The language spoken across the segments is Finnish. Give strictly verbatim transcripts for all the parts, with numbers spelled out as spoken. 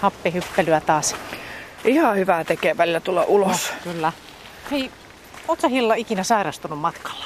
happihyppelyä taas. Ihan hyvää tekee välillä tulla ulos. Oh, kyllä. Hei, ootko sä Hilla ikinä sairastunut matkalla?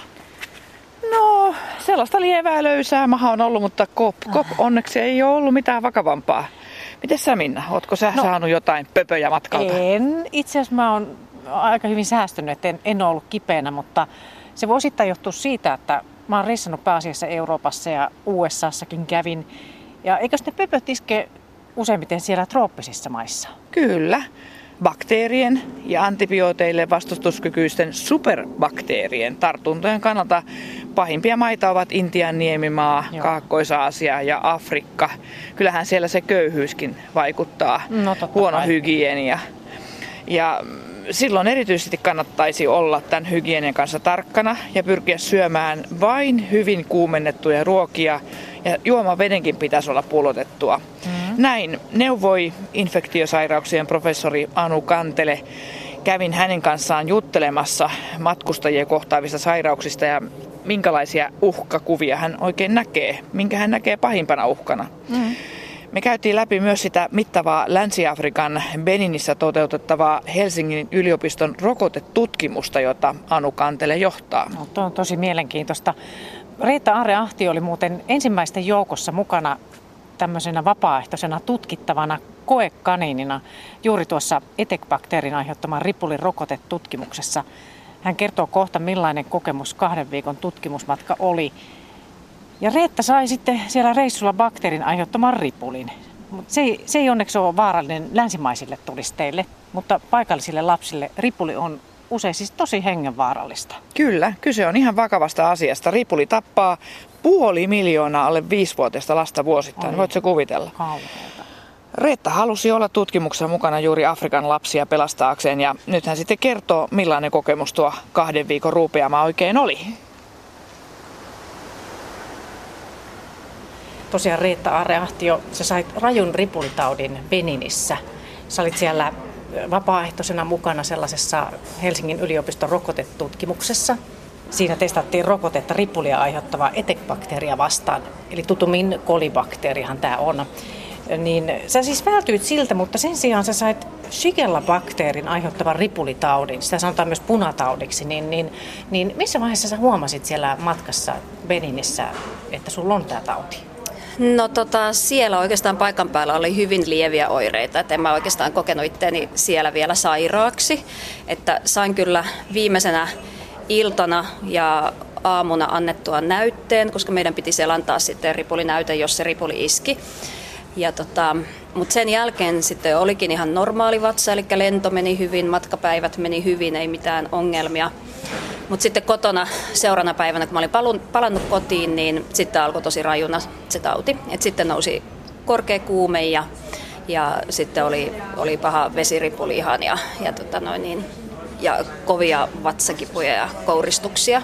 No, sellaista lievää löysää maha on ollut, mutta kop, kop onneksi ei ole ollut mitään vakavampaa. Miten sä, Minna? Ootko sä no, saanut jotain pöpöjä matkalta? En. Itse asiassa mä oon aika hyvin säästynyt, että en, en ole ollut kipeänä, mutta se voi osittain johtua siitä, että mä oon reissannut pääasiassa Euroopassa ja U S A:ssakin kävin. Ja eikös ne pöpöt iske useimmiten siellä trooppisissa maissa? Kyllä. Bakteerien ja antibiooteille vastustuskykyisten superbakteerien tartuntojen kannalta pahimpia maita ovat Intian niemimaa, Joo. Kaakkois-Aasia ja Afrikka. Kyllähän siellä se köyhyyskin vaikuttaa, no, huono kai. hygienia. Ja silloin erityisesti kannattaisi olla tämän hygienian kanssa tarkkana ja pyrkiä syömään vain hyvin kuumennettuja ruokia ja juomavedenkin pitäisi olla pullotettua. Mm-hmm. Näin neuvoi infektiosairauksien professori Anu Kantele. Kävin hänen kanssaan juttelemassa matkustajia kohtaavista sairauksista ja minkälaisia uhkakuvia hän oikein näkee, minkä hän näkee pahimpana uhkana. Mm-hmm. Me käytiin läpi myös sitä mittavaa Länsi-Afrikan Beninissä toteutettavaa Helsingin yliopiston rokotetutkimusta, jota Anu Kantele johtaa. No, tuo on tosi mielenkiintoista. Reetta Aare-Ahti oli muuten ensimmäisten joukossa mukana tämmöisenä vapaaehtoisena tutkittavana koekaniinina juuri tuossa E T E C-bakteerin aiheuttaman ripulin rokotetutkimuksessa. Hän kertoo kohta, millainen kokemus kahden viikon tutkimusmatka oli. Ja Reetta sai sitten siellä reissulla bakteerin aiheuttaman ripulin. Se ei, se ei onneksi ole vaarallinen länsimaisille turisteille, mutta paikallisille lapsille ripuli on usein siis tosi hengenvaarallista. Kyllä, kyse on ihan vakavasta asiasta. Ripuli tappaa puoli miljoonaa alle viisivuotiaista lasta vuosittain. Voitko kuvitella? Kauheeta. Reetta halusi olla tutkimuksessa mukana juuri Afrikan lapsia pelastaakseen ja nyt hän sitten kertoo, millainen kokemus tuo kahden viikon ruupeama oikein oli. Tosiaan Reetta Aare-Ahtio, sä sait rajun ripulitaudin Beninissä. Sä olit siellä vapaaehtoisena mukana sellaisessa Helsingin yliopiston rokotetutkimuksessa. Siinä testattiin rokotetta ripulia aiheuttavaa E T E C-bakteeria vastaan, eli tutumin kolibakteerihan tämä on. Niin sä siis vältyit siltä, mutta sen sijaan sä sait Shigella-bakteerin aiheuttavan ripulitaudin, sitä sanotaan myös punataudiksi, niin, niin, niin missä vaiheessa sä huomasit siellä matkassa Beninissä, että sulla on tämä tauti? No tota, siellä oikeastaan paikan päällä oli hyvin lieviä oireita, että en mä oikeastaan kokenut itseäni siellä vielä sairaaksi. Että sain kyllä viimeisenä iltana ja aamuna annettua näytteen, koska meidän piti siellä antaa sitten ripulinäyte, jos se ripuli iski. Ja tota, mutta sen jälkeen sitten olikin ihan normaali vatsa, eli lento meni hyvin, matkapäivät meni hyvin, ei mitään ongelmia. Mutta sitten kotona seuraavana päivänä, kun mä olin palannut kotiin, niin sitten alkoi tosi rajuna se tauti. Et sitten nousi korkea kuume ja, ja sitten oli, oli paha vesiripuli ihan ja, ja, tota noin niin, ja kovia vatsakipuja ja kouristuksia.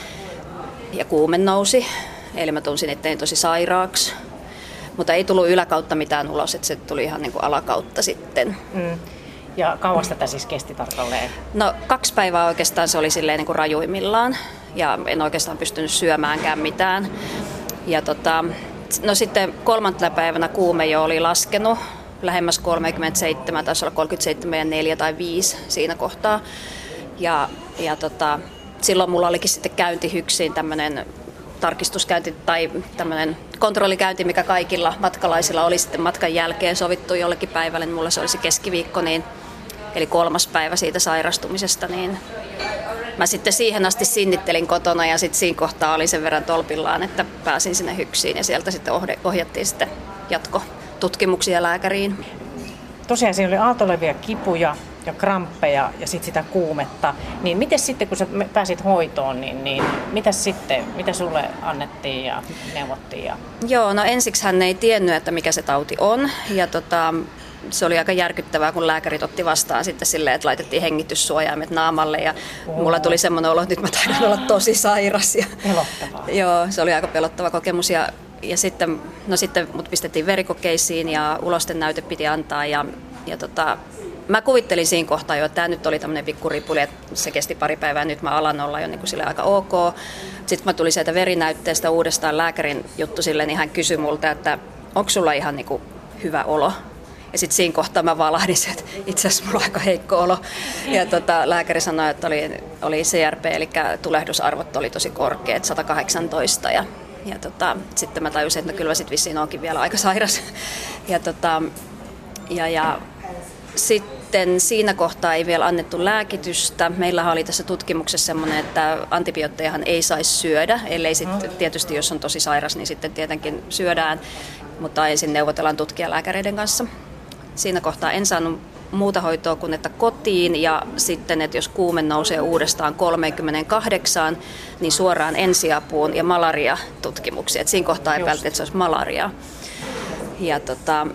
Ja kuume nousi, eli mä tunsin itseäni tosi sairaaksi. Mutta ei tullut yläkautta mitään ulos, että se tuli ihan niin kuin alakautta sitten. Mm. Ja kauas tätä siis kesti tarkalleen? No kaksi päivää oikeastaan se oli silleen niin kuin rajuimmillaan ja en oikeastaan pystynyt syömäänkään mitään. Ja tota, no sitten kolmantena päivänä kuume jo oli laskenut lähemmäs kolmekymmentäseitsemän, taisi olla kolmekymmentäseitsemän ja neljä tai viisi siinä kohtaa. Ja, ja tota, silloin mulla olikin sitten käynti hyksiin tämmöinen tarkistuskäynti tai tämmöinen kontrollikäynti, mikä kaikilla matkalaisilla oli sitten matkan jälkeen sovittu jollekin päivälle. Mulla se olisi keskiviikko, niin, eli kolmas päivä siitä sairastumisesta. Niin mä sitten siihen asti sinnittelin kotona ja sitten siinä kohtaa oli sen verran tolpillaan, että pääsin sinne hyksiin ja sieltä sitten ohjattiin sitten jatkotutkimuksia lääkäriin. Tosiaan siinä oli aaltolevia kipuja ja kramppeja ja sitten sitä kuumetta. Niin miten sitten, kun sä pääsit hoitoon, niin, niin mitä sitten, mitä sulle annettiin ja neuvottiin? Ja... Joo, no ensiksi hän ei tiennyt, että mikä se tauti on. Ja tota, se oli aika järkyttävää, kun lääkärit otti vastaan sitten silleen, että laitettiin hengityssuojaimet naamalle. Ja Oho. mulla tuli semmoinen olo, että nyt mä taidan olla tosi sairas. Ja, pelottavaa. Joo, se oli aika pelottava kokemus. Ja, ja sitten, no sitten mut pistettiin verikokeisiin ja ulosten näyte piti antaa. Ja, ja tota, mä kuvittelin siinä kohtaa jo, että tämä nyt oli tämmöinen pikkuripuli, että se kesti pari päivää, nyt mä alan olla jo niin kuin sille aika ok. Sitten kun mä tulin sieltä verinäytteestä uudestaan lääkärin juttu silleen, niin hän kysyi multa, että onko sulla ihan niin kuin hyvä olo. Ja sitten siinä kohtaa mä valahdin, että itse asiassa mulla on aika heikko olo. Ja tota, lääkäri sanoi, että oli, oli C R P, eli tulehdusarvot oli tosi korkeat, sata kahdeksantoista. Ja, ja tota, sitten mä tajusin, että no kyllä mä sit vissiin onkin vielä aika sairas. Ja, tota, ja, ja sitten siinä kohtaa ei vielä annettu lääkitystä. Meillähän oli tässä tutkimuksessa semmoinen, että antibioottejahan ei saisi syödä, ellei sitten tietysti, jos on tosi sairas, niin sitten tietenkin syödään, mutta ensin neuvotellaan tutkijalääkäreiden kanssa. Siinä kohtaa en saanut muuta hoitoa kuin että kotiin ja sitten, että jos kuume nousee uudestaan kolmekymmentäkahdeksan, niin suoraan ensiapuun ja malaria-tutkimuksiin. Et siinä kohtaa epäiltiin, että se olisi malaria. Ja tota,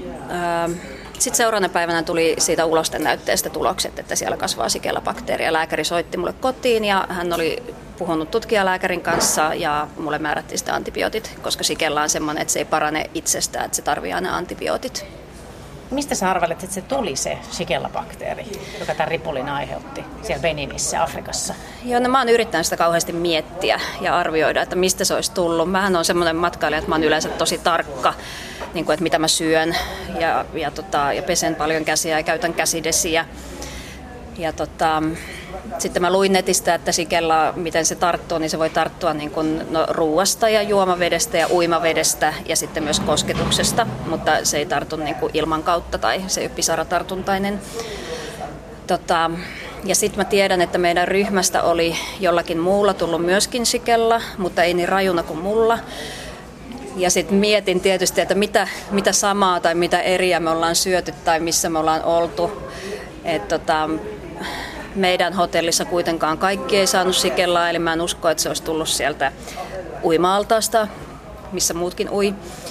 sitten seuraavana päivänä tuli siitä ulosten näytteestä tulokset, että siellä kasvaa Shigella-bakteeria. Lääkäri soitti mulle kotiin ja hän oli puhunut tutkijalääkärin kanssa ja mulle määrättiin sitä antibiootit, koska Shigella on semmoinen, että se ei parane itsestään, että se tarvitsee aina antibiootit. Mistä sä arvelet, että se tuli se Shigella-bakteeri, joka tämän ripulin aiheutti siellä Beninissä, Afrikassa? Joo, no mä oon yrittänyt sitä kauheasti miettiä ja arvioida, että mistä se olisi tullut. Mähän on semmoinen matkailija, että mä oon yleensä tosi tarkka, niin kuin, että mitä mä syön ja, ja, tota, ja pesen paljon käsiä ja käytän käsidesiä. Ja tota, sitten mä luin netistä, että Shigella, miten se tarttuu, niin se voi tarttua niin kuin, no, ruuasta ja juomavedestä ja uimavedestä ja sitten myös kosketuksesta, mutta se ei tartu niin kuin ilman kautta tai se ei ole pisaratartuntainen. Tota, ja sitten mä tiedän, että meidän ryhmästä oli jollakin muulla tullut myöskin Shigella, mutta ei niin rajuna kuin mulla. Ja sitten mietin tietysti, että mitä, mitä samaa tai mitä eriä me ollaan syöty tai missä me ollaan oltu. Et tota, meidän hotellissa kuitenkaan kaikki ei saanut Shigellaa, eli mä en usko, että se olisi tullut sieltä uima-altaasta, missä muutkin ui.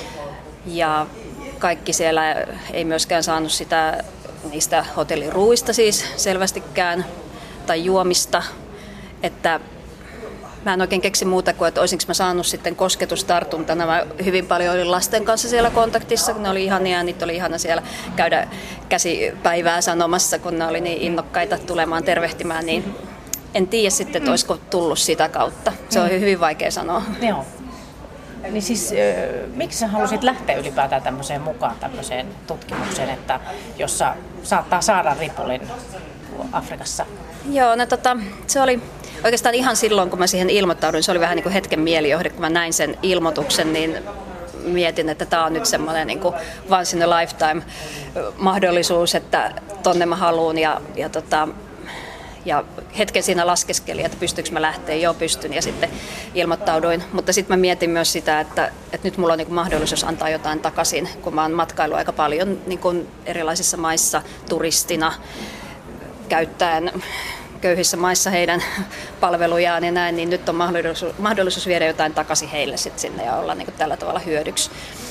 Ja kaikki siellä ei myöskään saanut sitä niistä hotellin ruuista siis selvästikään tai juomista. Että mä en oikein keksi muuta kuin, että olisinko mä saanut sitten kosketustartuntana. Mä hyvin paljon olin lasten kanssa siellä kontaktissa, kun ne oli ihania ja niitä oli ihana siellä käydä käsipäivää sanomassa, kun ne oli niin innokkaita tulemaan tervehtimään. Niin en tiedä sitten, että olisiko tullut sitä kautta. Se on hyvin vaikea sanoa. Joo. Niin siis, miksi sä halusit lähteä ylipäätään tämmöiseen mukaan tämmöiseen tutkimukseen, että jossa saattaa saada ripulin Afrikassa? Joo, no tota, se oli oikeastaan ihan silloin, kun mä siihen ilmoittauduin, se oli vähän niin kuin hetken mielijohde, kun mä näin sen ilmoituksen, niin mietin, että tämä on nyt semmoinen niin kuin once in a lifetime mahdollisuus, että tonne mä haluun ja, ja, tota, ja hetken siinä laskeskelin, että pystyykö mä lähteä, joo pystyn ja sitten ilmoittauduin, mutta sitten mä mietin myös sitä, että, että nyt mulla on niin kuin mahdollisuus antaa jotain takaisin, kun mä oon matkailu aika paljon niin kuin erilaisissa maissa turistina käyttäen köyhissä maissa heidän palvelujaan ja näin, niin nyt on mahdollisuus, mahdollisuus viedä jotain takaisin heille sit sinne ja olla niin kuin tällä tavalla hyödyksi.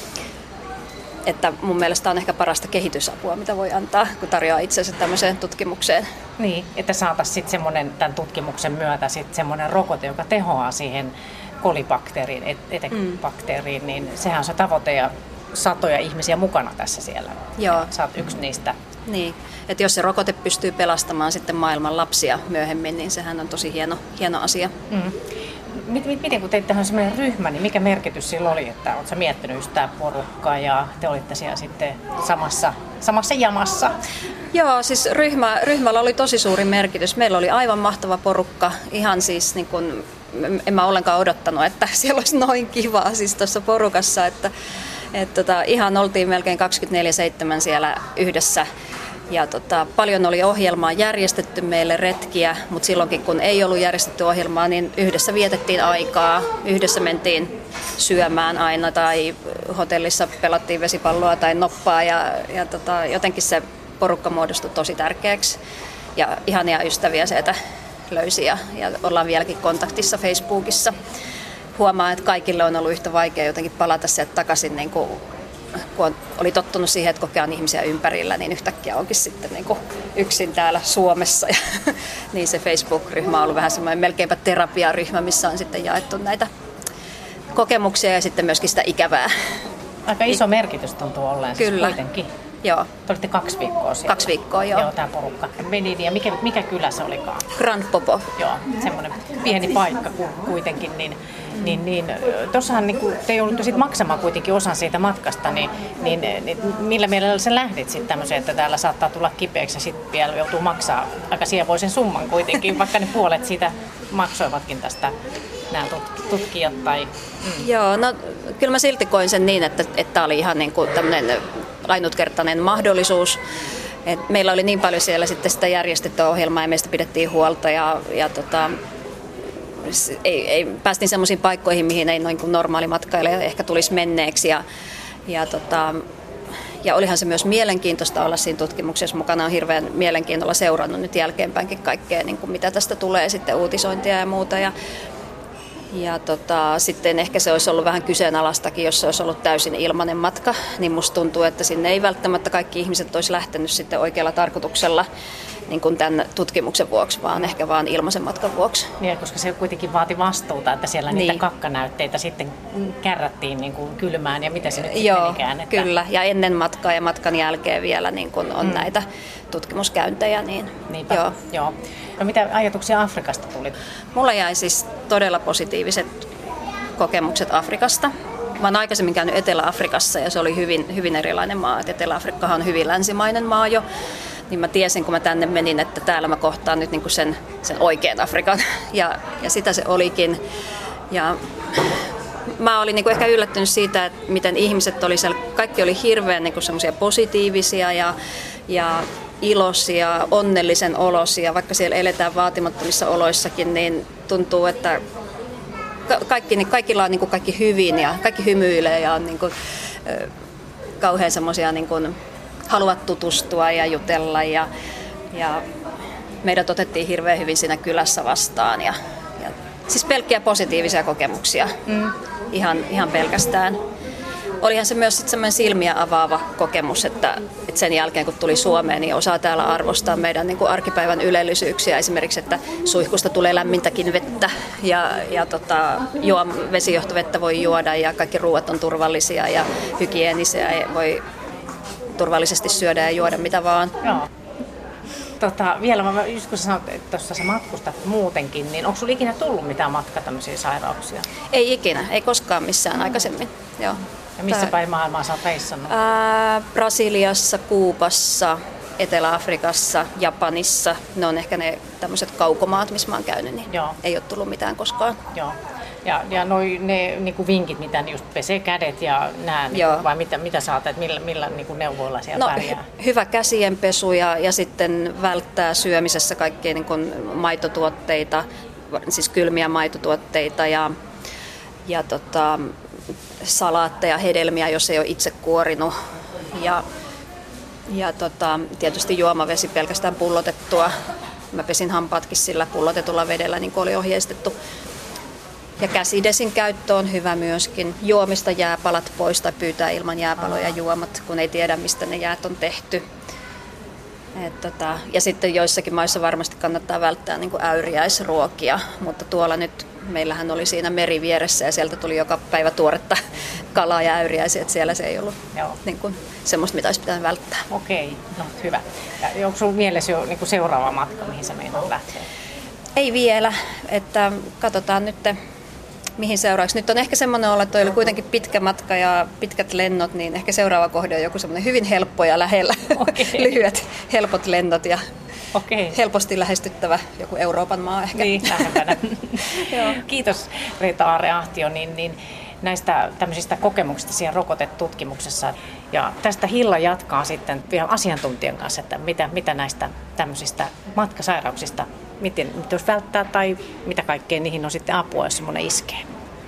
Että mun mielestä on ehkä parasta kehitysapua, mitä voi antaa, kun tarjoaa itsensä tämmöiseen tutkimukseen. Niin, että saataisiin sitten semmoinen tämän tutkimuksen myötä sitten semmoinen rokote, joka tehoaa siihen kolibakteeriin, etekbakteeriin, mm. niin sehän on se tavoite ja satoja ihmisiä mukana tässä siellä. Joo. Sä oot yksi niistä. Niin, että jos se rokote pystyy pelastamaan sitten maailman lapsia myöhemmin, niin sehän on tosi hieno, hieno asia. Mm. Miten kun teit tähän semmoinen ryhmä, niin mikä merkitys sillä oli, että oletko sä miettinyt just tämä porukka ja te olitte siellä sitten samassa, samassa jamassa? Joo, siis ryhmä, ryhmällä oli tosi suuri merkitys. Meillä oli aivan mahtava porukka, ihan siis niin kuin, en mä ollenkaan odottanut, että siellä olisi noin kivaa siis tuossa porukassa, että et tota, ihan oltiin melkein kaksikymmentäneljä seitsemän siellä yhdessä. Ja tota, paljon oli ohjelmaa järjestetty meille retkiä, mutta silloinkin kun ei ollut järjestetty ohjelmaa, niin yhdessä vietettiin aikaa. Yhdessä mentiin syömään aina tai hotellissa pelattiin vesipalloa tai noppaa ja, ja tota, jotenkin se porukka muodostui tosi tärkeäksi. Ja ihania ystäviä sieltä löysi ja, ja ollaan vieläkin kontaktissa Facebookissa. Huomaa, että kaikille on ollut yhtä vaikea jotenkin palata sieltä takaisin, niin kuin, kun oli tottunut siihen, että kokea ihmisiä ympärillä, niin yhtäkkiä onkin sitten niin kuin yksin täällä Suomessa. Ja, niin se Facebook-ryhmä on ollut vähän semmoinen melkeinpä terapiaryhmä, missä on sitten jaettu näitä kokemuksia ja sitten myöskin sitä ikävää. Aika iso merkitys tuntuu olleen siis kuitenkin. Joo. Te olitte kaksi viikkoa siellä. Kaksi viikkoa, joo. Joo, tämä porukka. Benini, ja mikä, mikä kylä se olikaan? Grand Popo. Joo, semmoinen pieni paikka kuitenkin. Niin, Niin, niin, tuossahan niin te joudutte sitten maksamaan kuitenkin osan siitä matkasta, niin, niin, niin millä mielellä sä lähdit sitten tämmöiseen, että täällä saattaa tulla kipeäksi ja sitten vielä joutuu maksaa aika sievoisen summan kuitenkin, vaikka ne puolet siitä maksoivatkin tästä nämä tutkijat tai... Mm. Joo, no kyllä mä silti koin sen niin, että tämä oli ihan niin kuin tämmöinen ainutkertainen mahdollisuus. Et meillä oli niin paljon siellä sitten sitä järjestettyä ohjelmaa ja meistä pidettiin huolta ja, ja tota, ei, ei, päästiin semmoisiin paikkoihin, mihin ei noin kuin normaali matkailija ehkä tulisi menneeksi. Ja, ja, tota, ja olihan se myös mielenkiintoista olla siinä tutkimuksessa mukana. On hirveän mielenkiintoilla seurannut nyt jälkeenpäinkin kaikkea, niin kuin mitä tästä tulee, sitten uutisointia ja muuta. Ja, ja tota, sitten ehkä se olisi ollut vähän kyseenalaistakin, jos se olisi ollut täysin ilmainen matka. Niin musta tuntuu, että sinne ei välttämättä kaikki ihmiset olisi lähtenyt sitten oikealla tarkoituksella niin kuin tämän tutkimuksen vuoksi, vaan ehkä vaan ilmaisen matkan vuoksi. Niin, koska se kuitenkin vaati vastuuta, että siellä niin. niitä kakkanäytteitä sitten kärrättiin niin kuin kylmään ja mitä se nyt Joo, menikään. Että... kyllä. Ja ennen matkaa ja matkan jälkeen vielä niin kun on mm. näitä tutkimuskäyntejä. Niin, Niinpä, joo. joo. No mitä ajatuksia Afrikasta tuli? Mulla jäi siis todella positiiviset kokemukset Afrikasta. Mä oon aikaisemmin käynyt Etelä-Afrikassa ja se oli hyvin, hyvin erilainen maa. Etelä-Afrikkahan on hyvin länsimainen maa jo. Niin mä tiesin, kun mä tänne menin, että täällä mä kohtaan nyt niinku sen, sen oikean Afrikan. Ja, ja sitä se olikin. Ja mä olin niinku ehkä yllättynyt siitä, että miten ihmiset oli siellä. Kaikki oli hirveän niinku semmoisia positiivisia ja, ja iloisia, onnellisen olosia. Vaikka siellä eletään vaatimattomissa oloissakin, niin tuntuu, että kaikki, niin kaikilla on niinku kaikki hyvin ja kaikki hymyilee ja on niinku, kauhean semmoisia... Niinku, haluat tutustua ja jutella ja, ja meidät otettiin hirveän hyvin siinä kylässä vastaan ja, ja siis pelkkiä positiivisia kokemuksia mm. ihan, ihan pelkästään. Olihan se myös semmoinen silmiä avaava kokemus, että, että sen jälkeen kun tuli Suomeen, niin osaa täällä arvostaa meidän niin kuin arkipäivän ylellisyyksiä. Esimerkiksi, että suihkusta tulee lämmintäkin vettä ja, ja tota, juo, vesijohtovettä voi juoda ja kaikki ruuat on turvallisia ja hygienisiä ja voi turvallisesti syödä ja juoda mitä vaan. Joo. Tota, vielä mä, just kun sä sanoit, että tuossa sä matkustat muutenkin, niin onko sulla ikinä tullut mitään matka tämmöisiä sairauksia? Ei ikinä, ei koskaan missään aikaisemmin. Joo. Ja missä Tää... päin maailmaa sä oot reissannut? Ää, Brasiliassa, Kuubassa, Etelä-Afrikassa, Japanissa. Ne on ehkä ne tämmöiset kaukomaat, missä mä oon käynyt, niin Joo. ei ole tullut mitään koskaan. Joo. Ja, ja noi, ne niinku vinkit, mitä just pesee kädet ja nää, niinku, vai mitä, mitä saat, että millä, millä niinku neuvoilla siellä no, pärjää? Hyvä käsienpesu ja, ja sitten välttää syömisessä kaikkia niinku maitotuotteita, siis kylmiä maitotuotteita ja, ja tota, salaatteja, hedelmiä, jos ei ole itse kuorinut. Ja, ja tota, tietysti juomavesi pelkästään pullotettua. Mä pesin hampaatkin sillä pullotetulla vedellä, niin kuin oli ohjeistettu. Ja käsidesin käyttö on hyvä myöskin. Juomista jääpalat pois tai pyytää ilman jääpaloja juomat, kun ei tiedä, mistä ne jäät on tehty. Et tota, ja sitten joissakin maissa varmasti kannattaa välttää niin kuin äyriäisruokia, mutta tuolla nyt meillähän oli siinä meri vieressä ja sieltä tuli joka päivä tuoretta kalaa ja äyriäisiä, että siellä se ei ollut niin kuin semmoista, mitä olisi pitänyt välttää. Okei, no hyvä. Ja onko sinulla mielessä jo niin kuin seuraava matka, mihin sä meinaat lähteä? Ei vielä, että katsotaan nyt, mihin seuraavaksi. Nyt on ehkä semmoinen olla, että oli kuitenkin pitkä matka ja pitkät lennot, niin ehkä seuraava kohde on joku semmoinen hyvin helppo ja lähellä, okay. lyhyet, helpot lennot ja okay. helposti lähestyttävä joku Euroopan maa ehkä. Niin, lähempänä. Kiitos Reetta Aare-Ahtio niin, niin näistä tämmöisistä kokemuksista siellä rokotetutkimuksessa. Ja tästä Hilla jatkaa sitten vielä asiantuntijan kanssa, että mitä, mitä näistä tämmöisistä matkasairauksista miten jos välttää tai mitä kaikkea niihin on sitten apua, jos semmoinen iskee.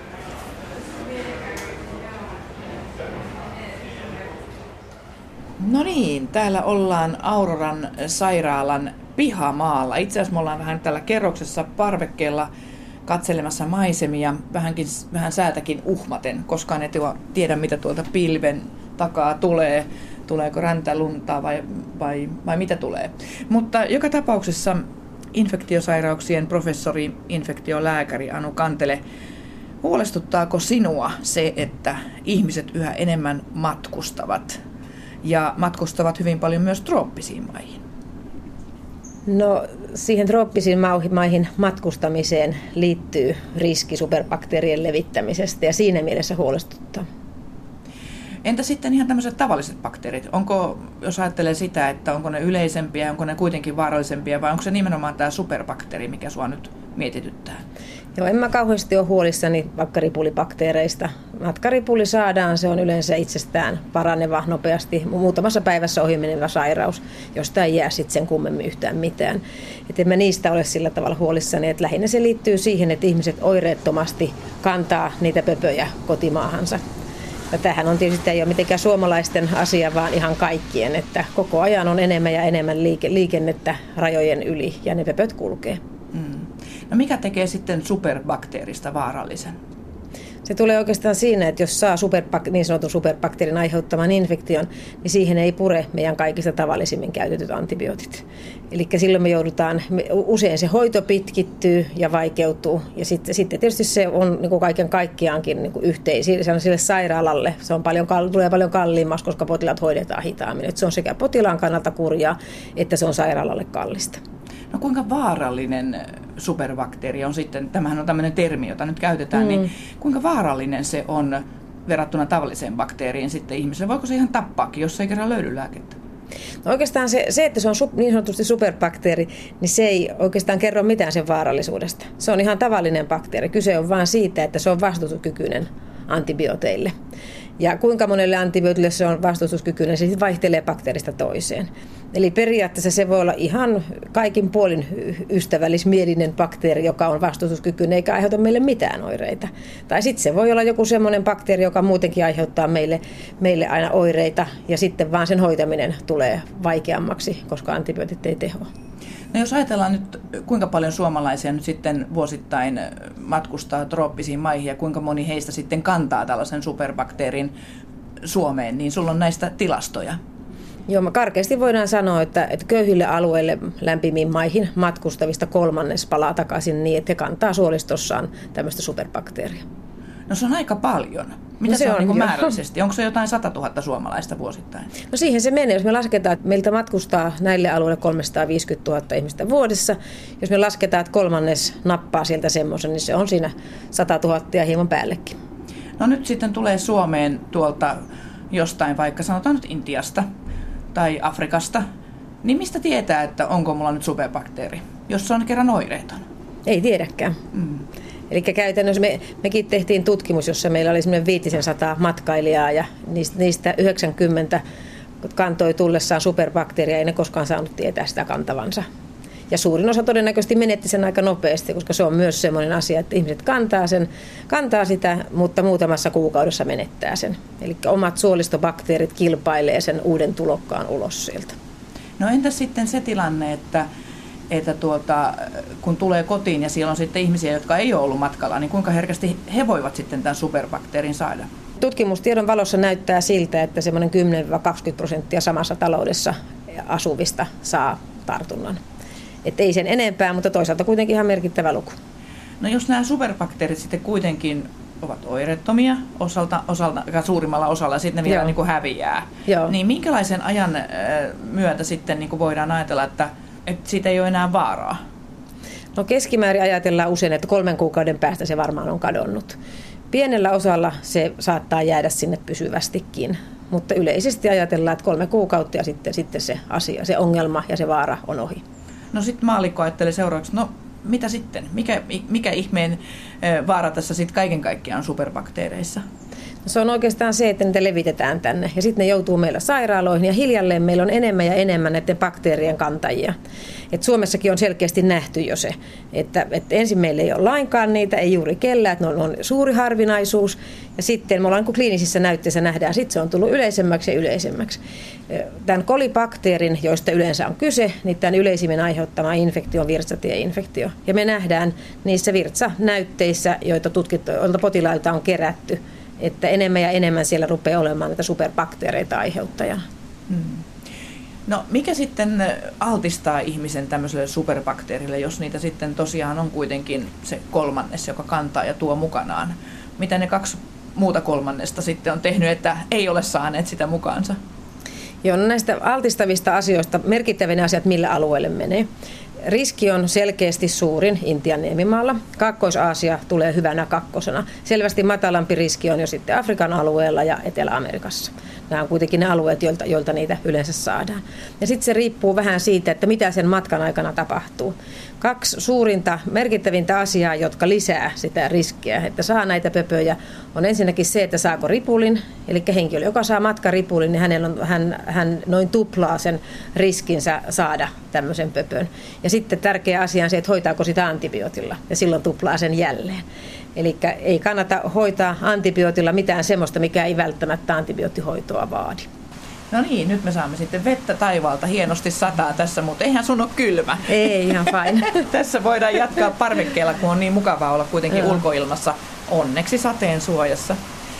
No niin, täällä ollaan Auroran sairaalan pihamaalla. Itse asiassa me ollaan vähän tällä kerroksessa parvekkeella katselemassa maisemia, vähänkin, vähän säätäkin uhmaten, koskaan et tiedä mitä tuolta pilven takaa tulee, tuleeko räntäluntaa vai, vai, vai mitä tulee. Mutta joka tapauksessa infektiosairauksien professori, infektiolääkäri Anu Kantele, huolestuttaako sinua se, että ihmiset yhä enemmän matkustavat ja matkustavat hyvin paljon myös trooppisiin maihin? No siihen trooppisiin maihin matkustamiseen liittyy riski superbakteerien levittämisestä ja siinä mielessä huolestuttaa. Entä sitten ihan tämmöiset tavalliset bakteerit? Onko, jos ajattelee sitä, että onko ne yleisempiä, onko ne kuitenkin vaarallisempia vai onko se nimenomaan tämä superbakteeri, mikä sua nyt mietityttää? Joo, en mä kauheasti ole huolissani vaikka ripulibakteereista. Matkaripuli saadaan, se on yleensä itsestään paraneva nopeasti, muutamassa päivässä ohi menevä sairaus, josta ei jää sitten sen kummemmin yhtään mitään. Et en mä niistä ole sillä tavalla huolissani, että lähinnä se liittyy siihen, että ihmiset oireettomasti kantaa niitä pöpöjä kotimaahansa. Ja tämähän on tietysti ei ole mitenkään suomalaisten asia, vaan ihan kaikkien, että koko ajan on enemmän ja enemmän liike- liikennettä rajojen yli ja ne pöpöt kulkee. Mm. No mikä tekee sitten superbakteerista vaarallisen? Se tulee oikeastaan siinä, että jos saa superbak- niin sanotun superbakteerin aiheuttaman infektion, niin siihen ei pure meidän kaikista tavallisimmin käytetyt antibiootit. Eli silloin me joudutaan, usein se hoito pitkittyy ja vaikeutuu. Ja sitten, sitten tietysti se on niin kuin kaiken kaikkiaankin niin kuin yhteisiä, se on sille sairaalalle. Se on paljon, tulee paljon kalliimmaksi, koska potilaat hoidetaan hitaammin. Että se on sekä potilaan kannalta kurjaa, että se on sairaalalle kallista. No kuinka vaarallinen superbakteeri on sitten, tämähän on tämmöinen termi, jota nyt käytetään, mm. niin kuinka vaarallinen se on verrattuna tavalliseen bakteeriin sitten ihmiselle? Voiko se ihan tappaakin, jos ei kerran löydy lääkettä? No oikeastaan se, se, että se on niin sanotusti superbakteeri, niin se ei oikeastaan kerro mitään sen vaarallisuudesta. Se on ihan tavallinen bakteeri. Kyse on vain siitä, että se on vastustuskykyinen antibiooteille. Ja kuinka monelle antibiootille se on vastustuskykyinen, se vaihtelee bakteerista toiseen. Eli periaatteessa se voi olla ihan kaikin puolin ystävällismielinen bakteeri, joka on vastustuskykyinen eikä aiheuta meille mitään oireita. Tai sitten se voi olla joku semmoinen bakteeri, joka muutenkin aiheuttaa meille, meille aina oireita ja sitten vaan sen hoitaminen tulee vaikeammaksi, koska antibiootit ei tehoa. No jos ajatellaan nyt, kuinka paljon suomalaisia nyt sitten vuosittain matkustaa trooppisiin maihin ja kuinka moni heistä sitten kantaa tällaisen superbakteerin Suomeen, niin sulla on näistä tilastoja. Joo, karkeasti voidaan sanoa, että, että köyhille alueille lämpimiin maihin matkustavista kolmannes palaa takaisin niin, että he kantaa suolistossaan tämmöistä superbakteeria. No se on aika paljon. Mitä no se, se on, on niin kuin määrällisesti? Onko se jotain sata tuhatta suomalaista vuosittain? No siihen se menee. Jos me lasketaan, että meiltä matkustaa näille alueille kolmesataaviisikymmentätuhatta ihmistä vuodessa. Jos me lasketaan, että kolmannes nappaa sieltä semmoisen, niin se on siinä sata tuhatta ja hieman päällekin. No nyt sitten tulee Suomeen tuolta jostain, vaikka sanotaan nyt Intiasta tai Afrikasta. Niin mistä tietää, että onko mulla nyt superbakteeri, jos se on kerran oireeton? Ei tiedäkään. Mm. Eli käytännössä me, mekin tehtiin tutkimus, jossa meillä oli semmoinen viisisataa matkailijaa ja niistä, niistä yhdeksänkymmentä kantoi tullessaan superbakteeria, ei ne koskaan saanut tietää sitä kantavansa. Ja suurin osa todennäköisesti menetti sen aika nopeasti, koska se on myös semmoinen asia, että ihmiset kantaa, sen, kantaa sitä, mutta muutamassa kuukaudessa menettää sen. Eli omat suolistobakteerit kilpailee sen uuden tulokkaan ulos sieltä. No entäs sitten se tilanne, että että tuota, kun tulee kotiin ja siellä on sitten ihmisiä, jotka ei ole ollut matkalla, niin kuinka herkästi he voivat sitten tämän superbakteerin saada? Tutkimustiedon valossa näyttää siltä, että semmoinen kymmenen kaksikymmentä prosenttia samassa taloudessa asuvista saa tartunnan. Että ei sen enempää, mutta toisaalta kuitenkin ihan merkittävä luku. No jos nämä superbakteerit sitten kuitenkin ovat oireettomia osalta, osalta, suurimmalla osalla, sitten ne vielä niin kuin häviää, Joo. niin minkälaisen ajan myötä sitten niin kuin voidaan ajatella, että että siitä ei ole enää vaaraa? No keskimäärin ajatellaan usein, että kolmen kuukauden päästä se varmaan on kadonnut. Pienellä osalla se saattaa jäädä sinne pysyvästikin, mutta yleisesti ajatellaan, että kolme kuukautta ja sitten, sitten se asia, se ongelma ja se vaara on ohi. No sitten maallikko ajattelee seuraavaksi, no mitä sitten? Mikä, mikä ihmeen vaara tässä sitten kaiken kaikkiaan on superbakteereissa? Se on oikeastaan se, että niitä levitetään tänne ja sitten ne joutuu meillä sairaaloihin ja hiljalleen meillä on enemmän ja enemmän näiden bakteerien kantajia. Et Suomessakin on selkeästi nähty jo se, että, että ensin meillä ei ole lainkaan niitä, ei juuri kellään, että ne on, on suuri harvinaisuus ja sitten me ollaan niin kliinisissä näytteissä nähdään, sitten se on tullut yleisemmäksi ja yleisemmäksi. Tämän kolibakteerin, joista yleensä on kyse, niin tämän yleisimmin aiheuttama infektio on virtsatieinfektio. Ja me nähdään niissä virtsanäytteissä, joita, tutkittu, joita potilailta on kerätty, että enemmän ja enemmän siellä rupeaa olemaan näitä superbakteereita aiheuttajana. Hmm. No mikä sitten altistaa ihmisen tämmöiselle superbakteerille, jos niitä sitten tosiaan on kuitenkin se kolmannes, joka kantaa ja tuo mukanaan? Mitä ne kaksi muuta kolmannesta sitten on tehnyt, että ei ole saaneet sitä mukaansa? Joo, no näistä altistavista asioista merkittävin asiat, millä alueelle menee. Riski on selkeästi suurin Intian niemimaalla. Kaakkois-Aasia tulee hyvänä kakkosena. Selvästi matalampi riski on jo sitten Afrikan alueella ja Etelä-Amerikassa. Nämä on kuitenkin ne alueet, joilta, joilta niitä yleensä saadaan. Ja sitten se riippuu vähän siitä, että mitä sen matkan aikana tapahtuu. Kaksi suurinta, merkittävintä asiaa, jotka lisää sitä riskiä, että saa näitä pöpöjä, on ensinnäkin se, että saako ripulin. Eli henkilö, joka saa matkaripulin, niin hänellä on, hän, hän noin tuplaa sen riskinsä saada tämmöisen pöpön. Ja sitten tärkeä asia on se, että hoitaako sitä antibiootilla, ja silloin tuplaa sen jälleen. Eli ei kannata hoitaa antibiootilla mitään semmoista, mikä ei välttämättä antibioottihoitoa vaadi. No niin, nyt me saamme sitten vettä taivaalta, hienosti sataa tässä, mutta eihän sun ole kylmä. Ei, ihan fine. Tässä voidaan jatkaa parvekkeella, kun on niin mukavaa olla kuitenkin Joo. ulkoilmassa, onneksi sateen suojassa.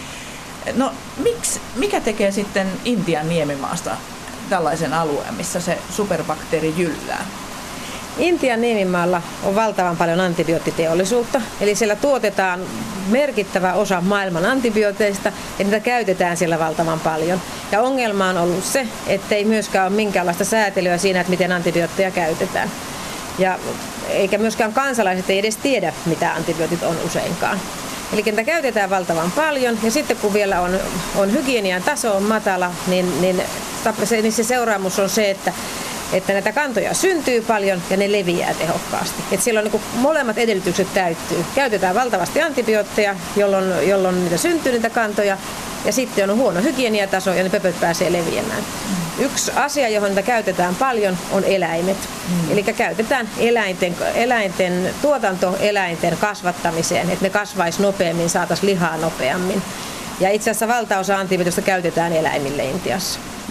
No miksi, mikä tekee sitten Intian niemimaasta tällaisen alueen, missä se superbakteeri jyllää? Intian niemimaalla on valtavan paljon antibioottiteollisuutta, eli siellä tuotetaan merkittävä osa maailman antibiooteista ja niitä käytetään siellä valtavan paljon. Ja ongelma on ollut se, ettei myöskään ole minkäänlaista säätelyä siinä, että miten antibiootteja käytetään. Ja eikä myöskään kansalaiset ei edes tiedä, mitä antibiootit on useinkaan. Eli niitä käytetään valtavan paljon ja sitten kun vielä on, on hygienian taso on matala, niin, niin, se, niin se seuraamus on se, että että näitä kantoja syntyy paljon ja ne leviää tehokkaasti. Et silloin niin molemmat edellytykset täyttyy. Käytetään valtavasti antibiootteja, jolloin, jolloin niitä syntyy niitä kantoja, ja sitten on huono hygieniataso ja ne pöpöt pääsee leviämään. Mm. Yksi asia, johon niitä käytetään paljon, on eläimet. Mm. Eli käytetään eläinten, eläinten tuotantoeläinten kasvattamiseen, että ne kasvaisi nopeammin, saataisiin lihaa nopeammin. Ja itse asiassa valtaosa antibiootista käytetään eläimille Intiassa. Mm.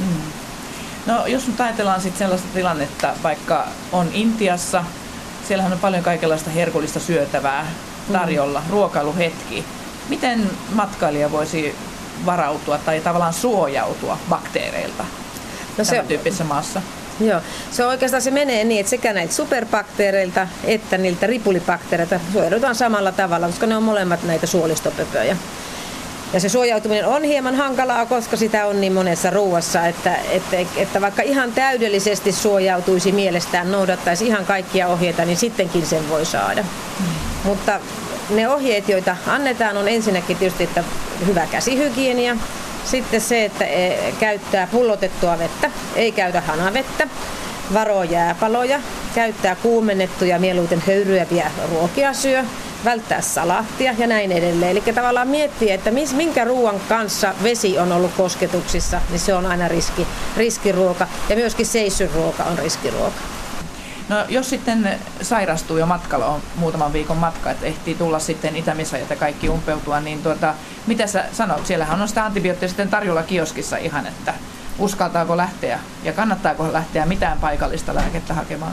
No jos nyt ajatellaan sitten sellaista tilannetta, vaikka on Intiassa, siellähän on paljon kaikenlaista herkullista syötävää tarjolla, mm. ruokailuhetki. Miten matkailija voisi varautua tai tavallaan suojautua bakteereilta no se, tämän tyyppisessä maassa? Joo, se on oikeastaan se menee niin, että sekä näitä superbakteereilta että niiltä ripulibakteereilta suojaudutaan samalla tavalla, koska ne on molemmat näitä suolistopöpöjä. Ja se suojautuminen on hieman hankalaa, koska sitä on niin monessa ruuassa, että, että, että vaikka ihan täydellisesti suojautuisi mielestään, noudattaisi ihan kaikkia ohjeita, niin sittenkin sen voi saada. Mm. Mutta ne ohjeet, joita annetaan, on ensinnäkin tietysti, että hyvä käsihygienia. Sitten se, että käyttää pullotettua vettä, ei käytä hanavettä, varoo jääpaloja, käyttää kuumennettuja mieluiten höyryäviä ruokia syö, välttää salaattia ja näin edelleen. Eli tavallaan miettiä, että minkä ruoan kanssa vesi on ollut kosketuksissa, niin se on aina riski, riskiruoka. Ja myöskin seissyruoka on riskiruoka. No jos sitten sairastuu jo matkalla, on muutaman viikon matka, että ehtii tulla sitten itämisajat ja kaikki umpeutua, niin tuota, mitä sä sanot? Siellähän on sitä antibioottia sitten tarjolla kioskissa ihan, että uskaltaako lähteä ja kannattaako lähteä mitään paikallista lääkettä hakemaan?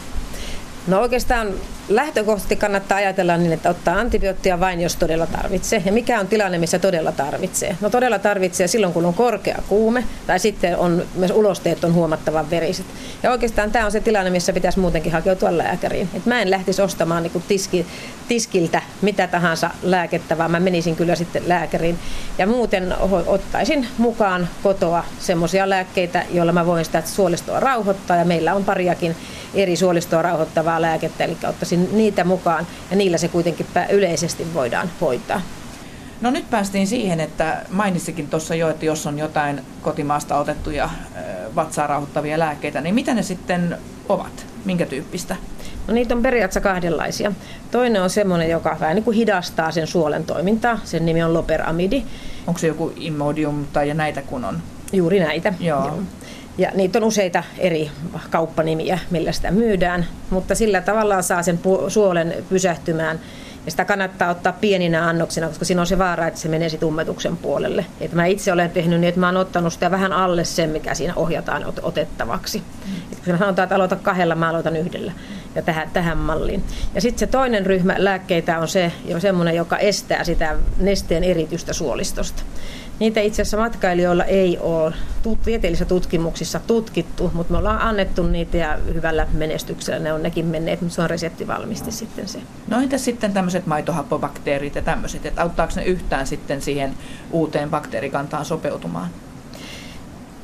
No oikeastaan lähtökohtaisesti kannattaa ajatella niin, että ottaa antibioottia vain, jos todella tarvitsee. Ja mikä on tilanne, missä todella tarvitsee? No todella tarvitsee silloin, kun on korkea kuume tai sitten on, myös ulosteet on huomattavan veriset. Ja oikeastaan tämä on se tilanne, missä pitäisi muutenkin hakeutua lääkäriin. Et mä en lähtisi ostamaan niin kuin tiski, tiskiltä mitä tahansa lääkettä, vaan mä menisin kyllä sitten lääkäriin. Ja muuten ottaisin mukaan kotoa semmoisia lääkkeitä, joilla mä voin sitä suolistoa rauhoittaa. Ja meillä on pariakin eri suolistoa rauhoittavaa lääkettä, eli ottaisin niitä mukaan, ja niillä se kuitenkin yleisesti voidaan hoitaa. No nyt päästiin siihen, että mainitsikin tuossa jo, että jos on jotain kotimaasta otettuja vatsaa rauhoittavia lääkkeitä, niin mitä ne sitten ovat? Minkä tyyppistä? No niitä on periaatteessa kahdenlaisia. Toinen on semmoinen, joka vähän niin kuin hidastaa sen suolen toimintaa. Sen nimi on loperamidi. Onko se joku Imodium tai näitä kun on? Juuri näitä. Joo. Joo. Ja niitä on useita eri kauppanimiä, millä sitä myydään, mutta sillä tavalla saa sen suolen pysähtymään. Ja sitä kannattaa ottaa pieninä annoksina, koska siinä on se vaara, että se menee sitten ummetuksen puolelle. Et mä itse olen tehnyt niin, että mä oon ottanut sitä vähän alle sen, mikä siinä ohjataan otettavaksi. Et kun sanotaan, että aloita kahdella, mä aloitan yhdellä ja tähän, tähän malliin. Ja sitten se toinen ryhmä lääkkeitä on se, jo semmoinen, joka estää sitä nesteen eritystä suolistosta. Niitä itse asiassa matkailijoilla ei ole tieteellisissä tutkimuksissa tutkittu, mutta me ollaan annettu niitä ja hyvällä menestyksellä ne on nekin menneet, mutta se on reseptivalmisti sitten se. No entäs sitten tämmöiset maitohappobakteerit ja tämmöiset, että auttaako ne yhtään sitten siihen uuteen bakteerikantaan sopeutumaan?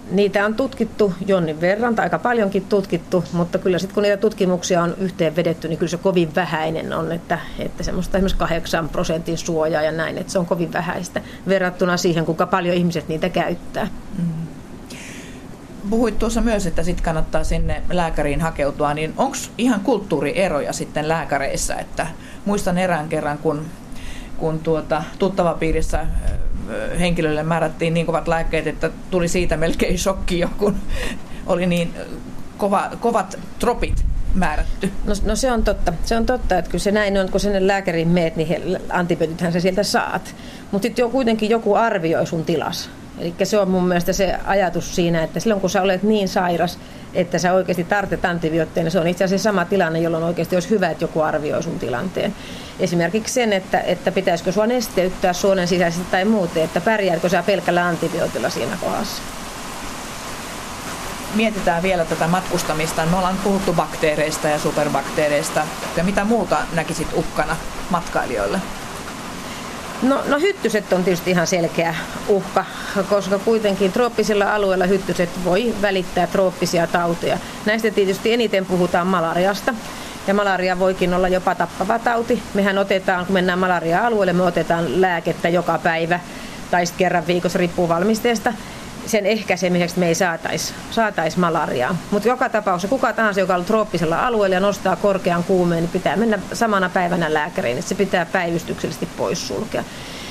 Niitä on tutkittu jonnin verran, tai aika paljonkin tutkittu, mutta kyllä sitten kun niitä tutkimuksia on yhteen vedetty, niin kyllä se kovin vähäinen on, että, että semmoista esimerkiksi kahdeksan prosentin suojaa ja näin, että se on kovin vähäistä verrattuna siihen, kuinka paljon ihmiset niitä käyttää. Mm. Puhuit tuossa myös, että sitten kannattaa sinne lääkäriin hakeutua, niin onko ihan kulttuurieroja sitten lääkäreissä? Että muistan erään kerran, kun, kun tuota, tuttavapiirissä henkilölle määrättiin niin kovat lääkkeet, että tuli siitä melkein shokki jo, kun oli niin kova, kovat tropit määrätty. No, no se on totta. Se on totta, että kyllä se näin on, kun sinne lääkäriin meet, niin antibioottithan sä sieltä saat. Mutta sitten jo kuitenkin joku arvioi sun tilas. Eli se on mun mielestä se ajatus siinä, että silloin kun sä olet niin sairas, että sä oikeasti tarvitset antibiootteja, niin se on itse asiassa sama tilanne, jolloin oikeasti olisi hyvä, että joku arvioi sun tilanteen. Esimerkiksi sen, että, että pitäisikö sua nesteyttää suonen sisäisesti tai muuten, että pärjäätkö sä pelkällä antibiootilla siinä kohdassa. Mietitään vielä tätä matkustamista. Me ollaan puhuttu bakteereista ja superbakteereista. Ja mitä muuta näkisit uhkana matkailijoille? No, no hyttyset on tietysti ihan selkeä uhka, koska kuitenkin trooppisilla alueilla hyttyset voi välittää trooppisia tauteja. Näistä tietysti eniten puhutaan malariasta. Ja malaria voikin olla jopa tappava tauti. Mehän otetaan, kun mennään malaria-alueelle, me otetaan lääkettä joka päivä tai kerran viikossa, riippuu valmisteesta. Sen ehkäisemiseksi me ei saataisi saatais malariaa. Mutta joka tapauksessa kuka tahansa, joka on ollut trooppisella alueella ja nostaa korkean kuumeen, niin pitää mennä samana päivänä lääkäriin. Että se pitää päivystyksellisesti poissulkea.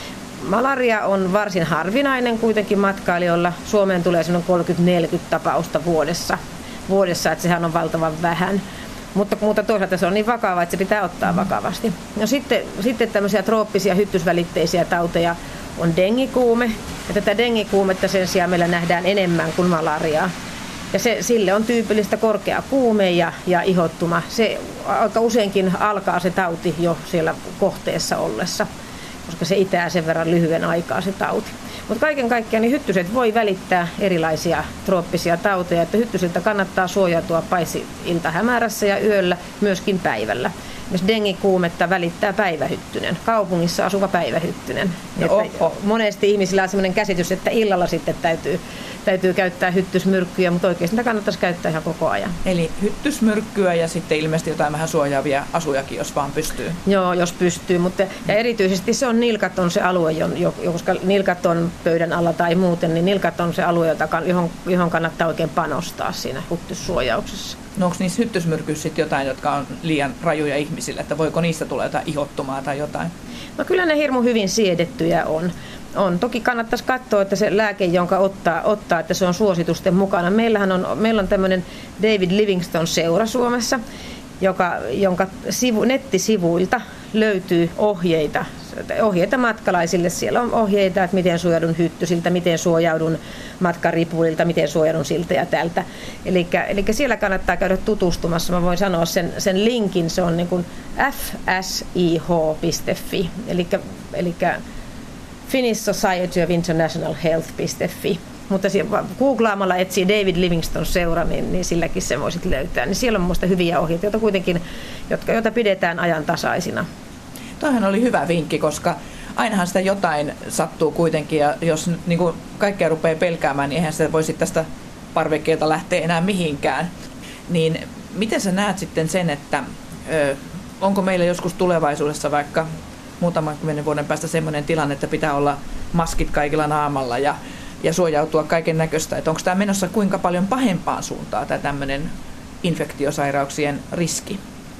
Malaria on varsin harvinainen kuitenkin matkailijoilla. Suomeen tulee kolmekymmentä neljäkymmentä tapausta vuodessa, vuodessa, että sehän on valtavan vähän. Mutta, mutta toisaalta se on niin vakava, että se pitää ottaa vakavasti. No sitten, sitten tämmöisiä trooppisia hyttysvälitteisiä tauteja on dengikuume. Ja tätä dengikuumetta sen sijaan meillä nähdään enemmän kuin malariaa. Ja se, sille on tyypillistä korkea kuume ja, ja ihottuma. Se aika useinkin alkaa se tauti jo siellä kohteessa ollessa, koska se itää sen verran lyhyen aikaa se tauti. Mutta kaiken kaikkiaan niin hyttyset voi välittää erilaisia trooppisia tauteja, että hyttysiltä kannattaa suojautua paitsi iltahämärässä ja yöllä, myöskin päivällä. Myös dengikuumetta välittää päivähyttynen, kaupungissa asuva päivähyttynen. No, monesti ihmisillä on sellainen käsitys, että illalla sitten täytyy, täytyy käyttää hyttysmyrkkyjä, mutta oikeasti sitä kannattaisi käyttää ihan koko ajan. Eli hyttysmyrkkyä ja sitten ilmeisesti jotain vähän suojaavia asujakin, jos vaan pystyy. Joo, jos pystyy, mutta ja erityisesti se on nilkaton se alue, koska nilkat on pöydän alla tai muuten, niin nilkat on se alue, johon, johon kannattaa oikein panostaa siinä hyttyssuojauksessa. No onko niissä hyttysmyrkyissä jotain, jotka on liian rajuja ihmisille, että voiko niistä tulla jotain ihottumaa tai jotain? No kyllä ne hirmu hyvin siedettyjä on. on. Toki kannattaisi katsoa, että se lääke, jonka ottaa, ottaa että se on suositusten mukana. Meillähän on, meillä on tämmöinen David Livingstone seura Suomessa, joka, jonka sivu, nettisivuilta löytyy ohjeita, ohjeita matkalaisille. Siellä on ohjeita, että miten suojaudun hyttysiltä, miten suojaudun matkaripulilta, miten suojaudun siltä ja tältä. Eli siellä kannattaa käydä tutustumassa. Mä voin sanoa sen, sen linkin, se on niin kuin f s i h piste f i, eli Finnish Society of International Health piste f i. Mutta googlaamalla etsii David Livingstone seura, niin, niin silläkin se voisit löytää. Niin siellä on minusta hyviä ohjeita, joita kuitenkin, jotka, joita pidetään ajantasaisina. Toihan oli hyvä vinkki, koska ainahan sitä jotain sattuu kuitenkin, ja jos niin kuin kaikkea rupeaa pelkäämään, niin eihän sitä voisi tästä parvekkeelta lähteä enää mihinkään. Niin miten sä näet sitten sen, että ö, onko meillä joskus tulevaisuudessa vaikka muutaman kymmenen vuoden päästä semmoinen tilanne, että pitää olla maskit kaikilla naamalla ja ja suojautua kaiken näköistä, että onko tämä menossa kuinka paljon pahempaan suuntaan tämä tämmöinen infektiosairauksien riski?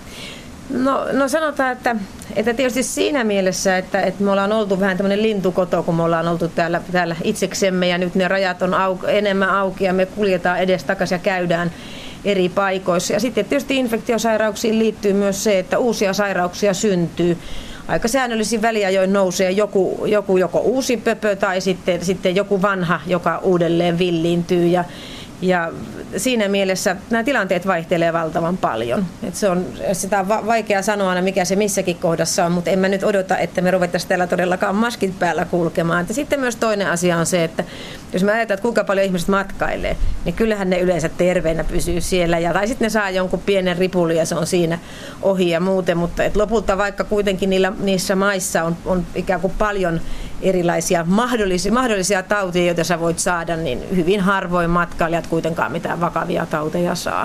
No, no sanotaan, että, että tietysti siinä mielessä, että, että me ollaan oltu vähän tämmöinen lintukoto, kun me ollaan oltu täällä, täällä itseksemme ja nyt ne rajat on au, enemmän auki ja me kuljetaan edestakaisin ja käydään eri paikoissa. Ja sitten tietysti infektiosairauksiin liittyy myös se, että uusia sairauksia syntyy. Aika säännöllisin väliajoin nousee joku, joku joko uusi pöpö tai sitten, sitten joku vanha, joka uudelleen villiintyy. Ja, ja siinä mielessä nämä tilanteet vaihtelee valtavan paljon. Et se on, sitä on va- vaikea sanoa aina, mikä se missäkin kohdassa on, mutta en mä nyt odota, että me ruvettaisiin täällä todellakaan maskit päällä kulkemaan. Et sitten myös toinen asia on se, että jos me ajatellaan, että kuinka paljon ihmiset matkailee, niin kyllähän ne yleensä terveenä pysyy siellä. Ja, tai sitten ne saa jonkun pienen ripulin ja se on siinä ohi ja muuten. Mutta et lopulta vaikka kuitenkin niillä, niissä maissa on, on ikään kuin paljon erilaisia mahdollisia, mahdollisia tauteja, joita sä voit saada, niin hyvin harvoin matkailijat kuitenkaan mitään vakavia tauteja saa.